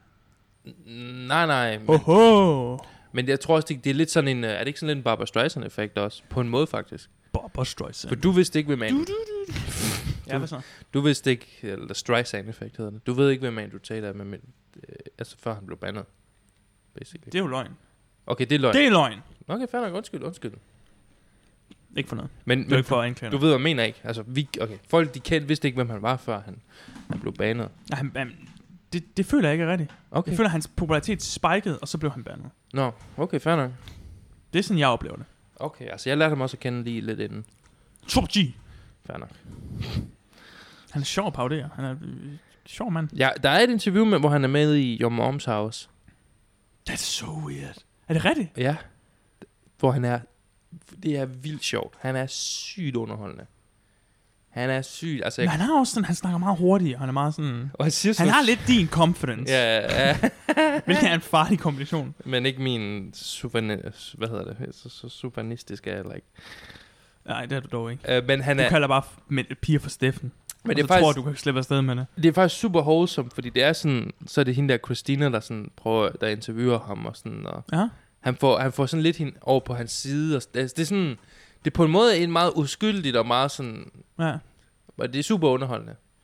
Nej. Men jeg tror også, det er lidt sådan en... Er det ikke sådan lidt en Barbra Streisand-effekt også? På en måde, faktisk. Barbra Streisand. For du vidste ikke, hvem man... Ja, hvad så? Du vidste ikke... Eller Streisand-effekt hedder det. Du ved ikke, hvem man du taler med... altså, før han blev bandet. Basically. Det er jo løgn. Okay, det er løgn. Det er løgn. Okay, fair nok. Undskyld. Ikke for noget. Men ikke for anklager. Du ved, hvad jeg mener ikke. Altså, folk, de vidste ikke, hvem han var, før han blev bandet. Det føler jeg ikke er rigtigt. Okay. Jeg føler, at hans popularitet spikede, og så blev han bandet. Nå, okay, fair nok. Det er sådan, jeg oplever det. Okay, altså jeg lærte ham også at kende lige lidt inden. Top G! Fair nok. Han er sjov pauderer. Han er sjov mand. Ja, der er et interview med, hvor han er med i Your Mom's House. That's so weird. Er det rigtigt? Ja. Hvor han er... Det er vildt sjovt. Han er sygt underholdende. Han er sygt, altså... Men han har også sådan, han snakker meget hurtigt, han er meget sådan... Og han har lidt din confidence. Ja. Hvilket er en farlig kombination. Men ikke min hvad hedder det? Så supernistisk er jeg ikke. Nej, det er du dog ikke. Men han du kalder bare piger for Steffen. Men det er så faktisk, tror du kan slippe afsted med det. Det er faktisk super wholesome, fordi det er sådan... Så er det hende der Christina, der sådan prøver, der interviewer ham og sådan... Og ja. Han får sådan lidt hende over på hans side. Og det er sådan... Det er på en måde en meget uskyldigt og meget sådan... Ja. Og det er super underholdende.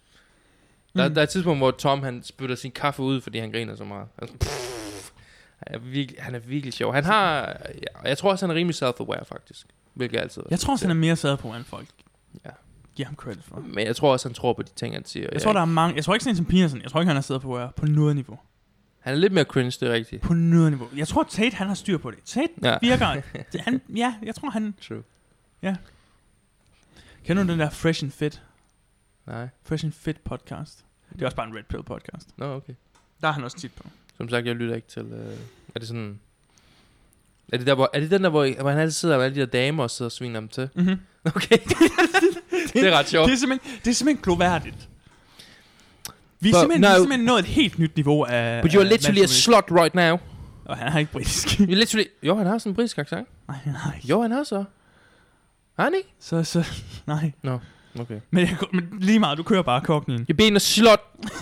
Der er et tidspunkt, hvor Tom han spytter sin kaffe ud, fordi han griner så meget. Altså, han er virkelig sjov. Han har... jeg tror også, han er rimelig self-aware, faktisk. Hvilket altid. Jeg tror også, han er mere sad på, end folk giver ham credit for. Men jeg tror også, han tror på de ting, han siger. Jeg tror, der er mange... Jeg tror ikke sådan en som Peterson. Jeg tror ikke, han er sad på noget niveau. Han er lidt mere cringe, det er rigtigt. På noget niveau. Jeg tror, Tate, han har styr på det. Tate virker... jeg tror, han... True. Ja. Kender du den der Fresh and Fit? Nej. Fresh and Fit podcast. Det er også bare en Red Pill podcast. Nå, okay. Der er han også tit på. Som sagt, jeg lytter ikke til... er det sådan... Er det den der, hvor han altid sidder med alle de der damer og sidder og sviner dem til? Mm-hmm. Okay. Det er ret sjovt. Det er simpelthen gloværdigt. Vi er simpelthen nået et helt nyt niveau af... But you're literally a slut right now. Og han har ikke britisk. You're literally... Jo, han har sådan en britisk accent. Nej, nej. Jo, han har så. Har han ikke? Så nej. Nå, okay. Men lige meget, du kører bare kognien. You're being a slut.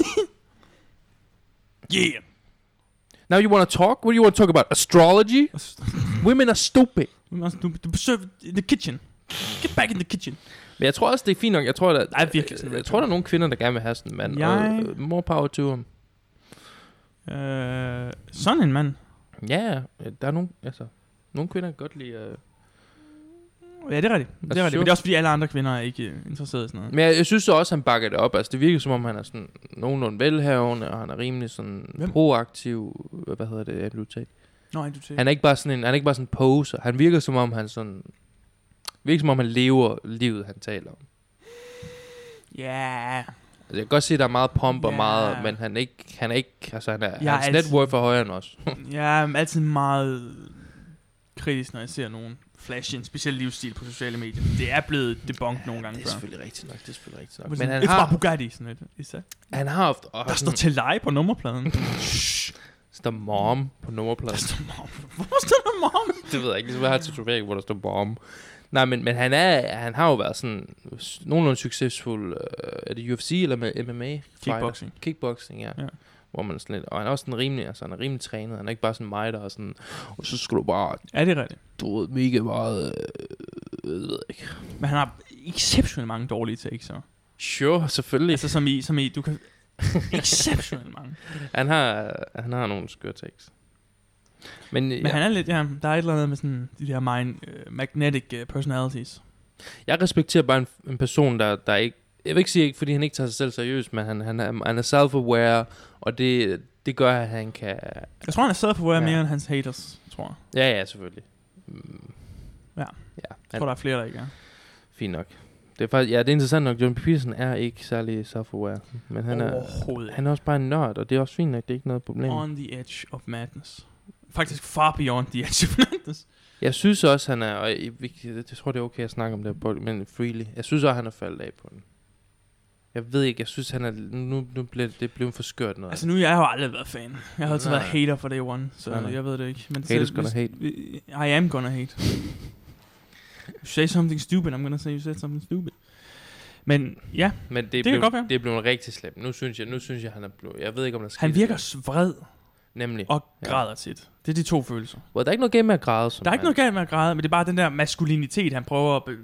Yeah. Now you want to talk? What do you want to talk about? Astrology? Women are stupid. Du besøger the kitchen. Get back in the kitchen. Men jeg tror også, det er fint nok. Jeg tror, der er nogle kvinder, der gerne vil have sådan en mand. Og more power to them. Sådan en mand. Ja, der er nogle kvinder, der godt lide... Ja, det er rigtigt. Det er rigtigt. Men det er også fordi, alle andre kvinder er ikke interesserede i sådan noget. Men jeg synes så også, han bakker det op. Altså, det virker som om, han er sådan nogenlunde velhavende, og han er rimelig sådan proaktiv. Hvad hedder det? Andrew Tate. Han er ikke bare sådan en poser. Han virker som om, han sådan... Virker som om, han lever livet, han taler om. Ja... Yeah. Altså, jeg kan godt se, at der er meget pomp og meget... Men han er ikke... Altså, hans net worth er højere end os. Jeg er altid meget kritisk, når jeg ser nogen flashe en speciel livsstil på sociale medier. Det er blevet debunked nogle gange før. Det er selvfølgelig rigtigt nok. Men han har... Bugatti, sådan lidt. Han har haft... Der står til leje på nummerpladen. Der står mom på nummerpladen. Hvorfor står der mom? Det ved jeg ikke. Ligesom jeg har til tatovering, hvor der står mom. Nej, men han har jo været sådan nogenlunde succesfuld. Er det UFC eller med MMA? Kickboxing, ja. Hvor man sådan lidt, og han er også sådan rimelig, altså han er rimelig trænet. Han er ikke bare sådan mig, der er sådan, og så skal du bare... Ja, det er rigtigt. Du ved mega meget, jeg ved ikke. Men han har exceptionelt mange dårlige takes, så. Sure, selvfølgelig. Altså som i du kan... exceptionelt mange. Han har nogle skøre takes. Men han er lidt, der er et eller andet med sådan de der magnetic personalities. Jeg respekterer bare en person, der ikke... Jeg vil ikke sige ikke, fordi han ikke tager sig selv seriøst, men han er self-aware, og det gør, at han kan... Jeg tror, han er self-aware mere end hans haters, tror jeg. Ja, selvfølgelig. Ja. Jeg tror, der er flere, der ikke er. Fint nok. Det er faktisk, det er interessant nok. Jordan Peterson er ikke særlig self-aware, men han er også bare en nørd, og det er også fint nok. Det er ikke noget problem. On the edge of madness. Faktisk far beyond the edge of madness. Jeg synes også, han er... Og jeg tror, det er okay at snakke om det, men freely. Jeg synes også, han er faldet af på den. Jeg ved ikke, jeg synes, han er... Nu bliver det blevet for skørt noget. Altså jeg har jo aldrig været fan. Jeg har altid været hater for day one, så jeg ved det ikke. Men Haters gonna hate. I am gonna hate. You say something stupid, I'm gonna say you said something stupid. Men ja, men det er blevet rigtig slemt. Nu synes jeg, han er blevet... Jeg ved ikke, om der han virker vred. Nemlig. Og græder tit. Det er de to følelser. Well, der er ikke noget galt med at græde. Der er ikke noget galt med at græde, men det er bare den der maskulinitet, han prøver at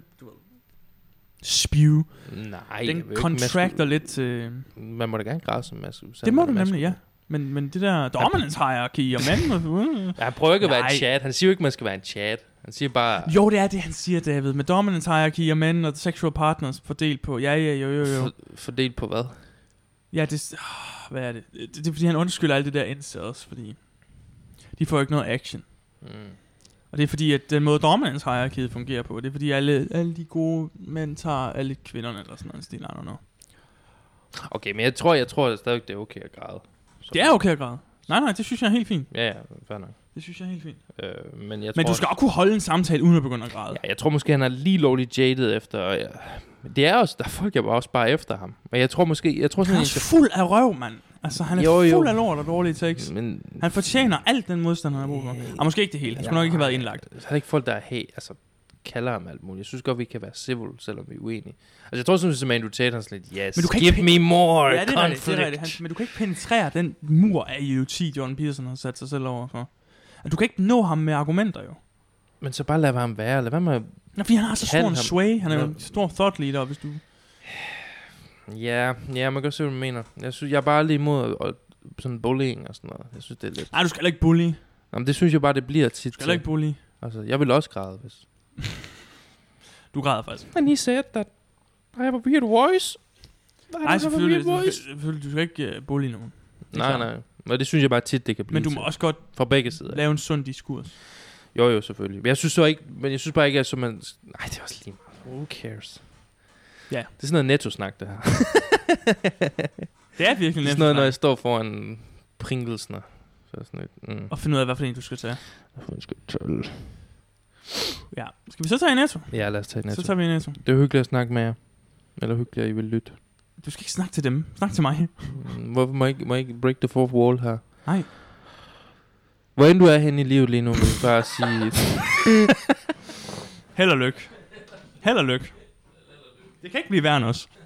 spew. Nej. Den contracter lidt til... Man må da gerne græde som maskulin. Det må du nemlig, ja. Men det der dominance hierarchy og mænd... Han prøver ikke at være en chat. Han siger jo ikke, man skal være en chat. Han siger bare... Jo, det er det, han siger, David. Med dominance hierarchy og mænd og sexual partners fordelt på... Jo. Fordelt på hvad? Ja, det... hvad er det? Det er fordi, han undskylder alt det der incels, fordi... De får ikke noget action. Og det er fordi, at den måde dominance hierarchy fungerer på, det er fordi, alle de gode mænd tager alle kvinderne, eller sådan noget stil, I don't know. Okay, men jeg tror stadig, det er okay at græde. Det er okay at græde. Nej, det synes jeg er helt fint. Ja, fair nok. Det synes jeg er helt fint. Men du skal også kunne holde en samtale, uden at begynde at græde. Ja, jeg tror måske, han er lige lovligt jaded efter... Ja. Det er også, der er folk, jeg også bare efter ham. Men jeg tror sådan... Han er fuld af røv, mand. Altså, han er fuld af lort og dårlige takes. Men han fortjener alt den modstand, han har brug for. Og måske ikke det hele. Han skulle nok ikke have været indlagt. Der er ikke folk, der kalder ham alt muligt. Jeg synes godt, vi kan være civil, selvom vi er uenige. Altså, jeg tror sådan, som Andrew Tate, han sådan lidt, yes, give me more conflict. Men du kan ikke penetrere den mur af idioti, Jordan Peterson har sat sig selv over for. Du kan ikke nå ham med argumenter, jo. Men så bare lad ham være. Lad være med... Fordi han har så stor en sway. Han er jo en stor thought leader, hvis du... Ja, man kan godt se, hvad du mener. Jeg synes, jeg er bare aldrig imod sådan bullying og sådan noget. Jeg synes, det er lidt... Nej, du skal ikke bully. Jamen, det synes jeg bare, det bliver tit. Du skal ikke bully. Altså, jeg vil også græde, hvis... Du græder faktisk. And he said that I have a weird voice. Nej, selvfølgelig. Du skal ikke bully nogen. Nej. Men det synes jeg bare tit, det kan blive. Men du må også godt fra begge sider. Lave en sund diskurs. Jo, selvfølgelig. Men jeg synes så ikke... Men jeg synes bare ikke, at så man... Nej, det er også lige... Who cares? Ja. Det er sådan noget netto-snak, det her. Det er virkelig netto-snak. Det er sådan noget, når jeg står foran Pringles'ner. Så sådan lidt... Og finde ud af, hvad for en du skal tage. Jeg skal tage... Ja. Skal vi så tage i Netto? Ja, lad os tage i Netto. Så tager vi i Netto. Det er hyggeligt at snakke med jer. Eller hyggeligt, at I vil lytte. Du skal ikke snakke til dem. Snak til mig. Hvorfor må jeg ikke break the fourth wall her? Nej. Hvor end du er henne i livet lige nu, vil jeg bare sige... Held og lykke. Held og lykke. Det kan ikke blive værre end os.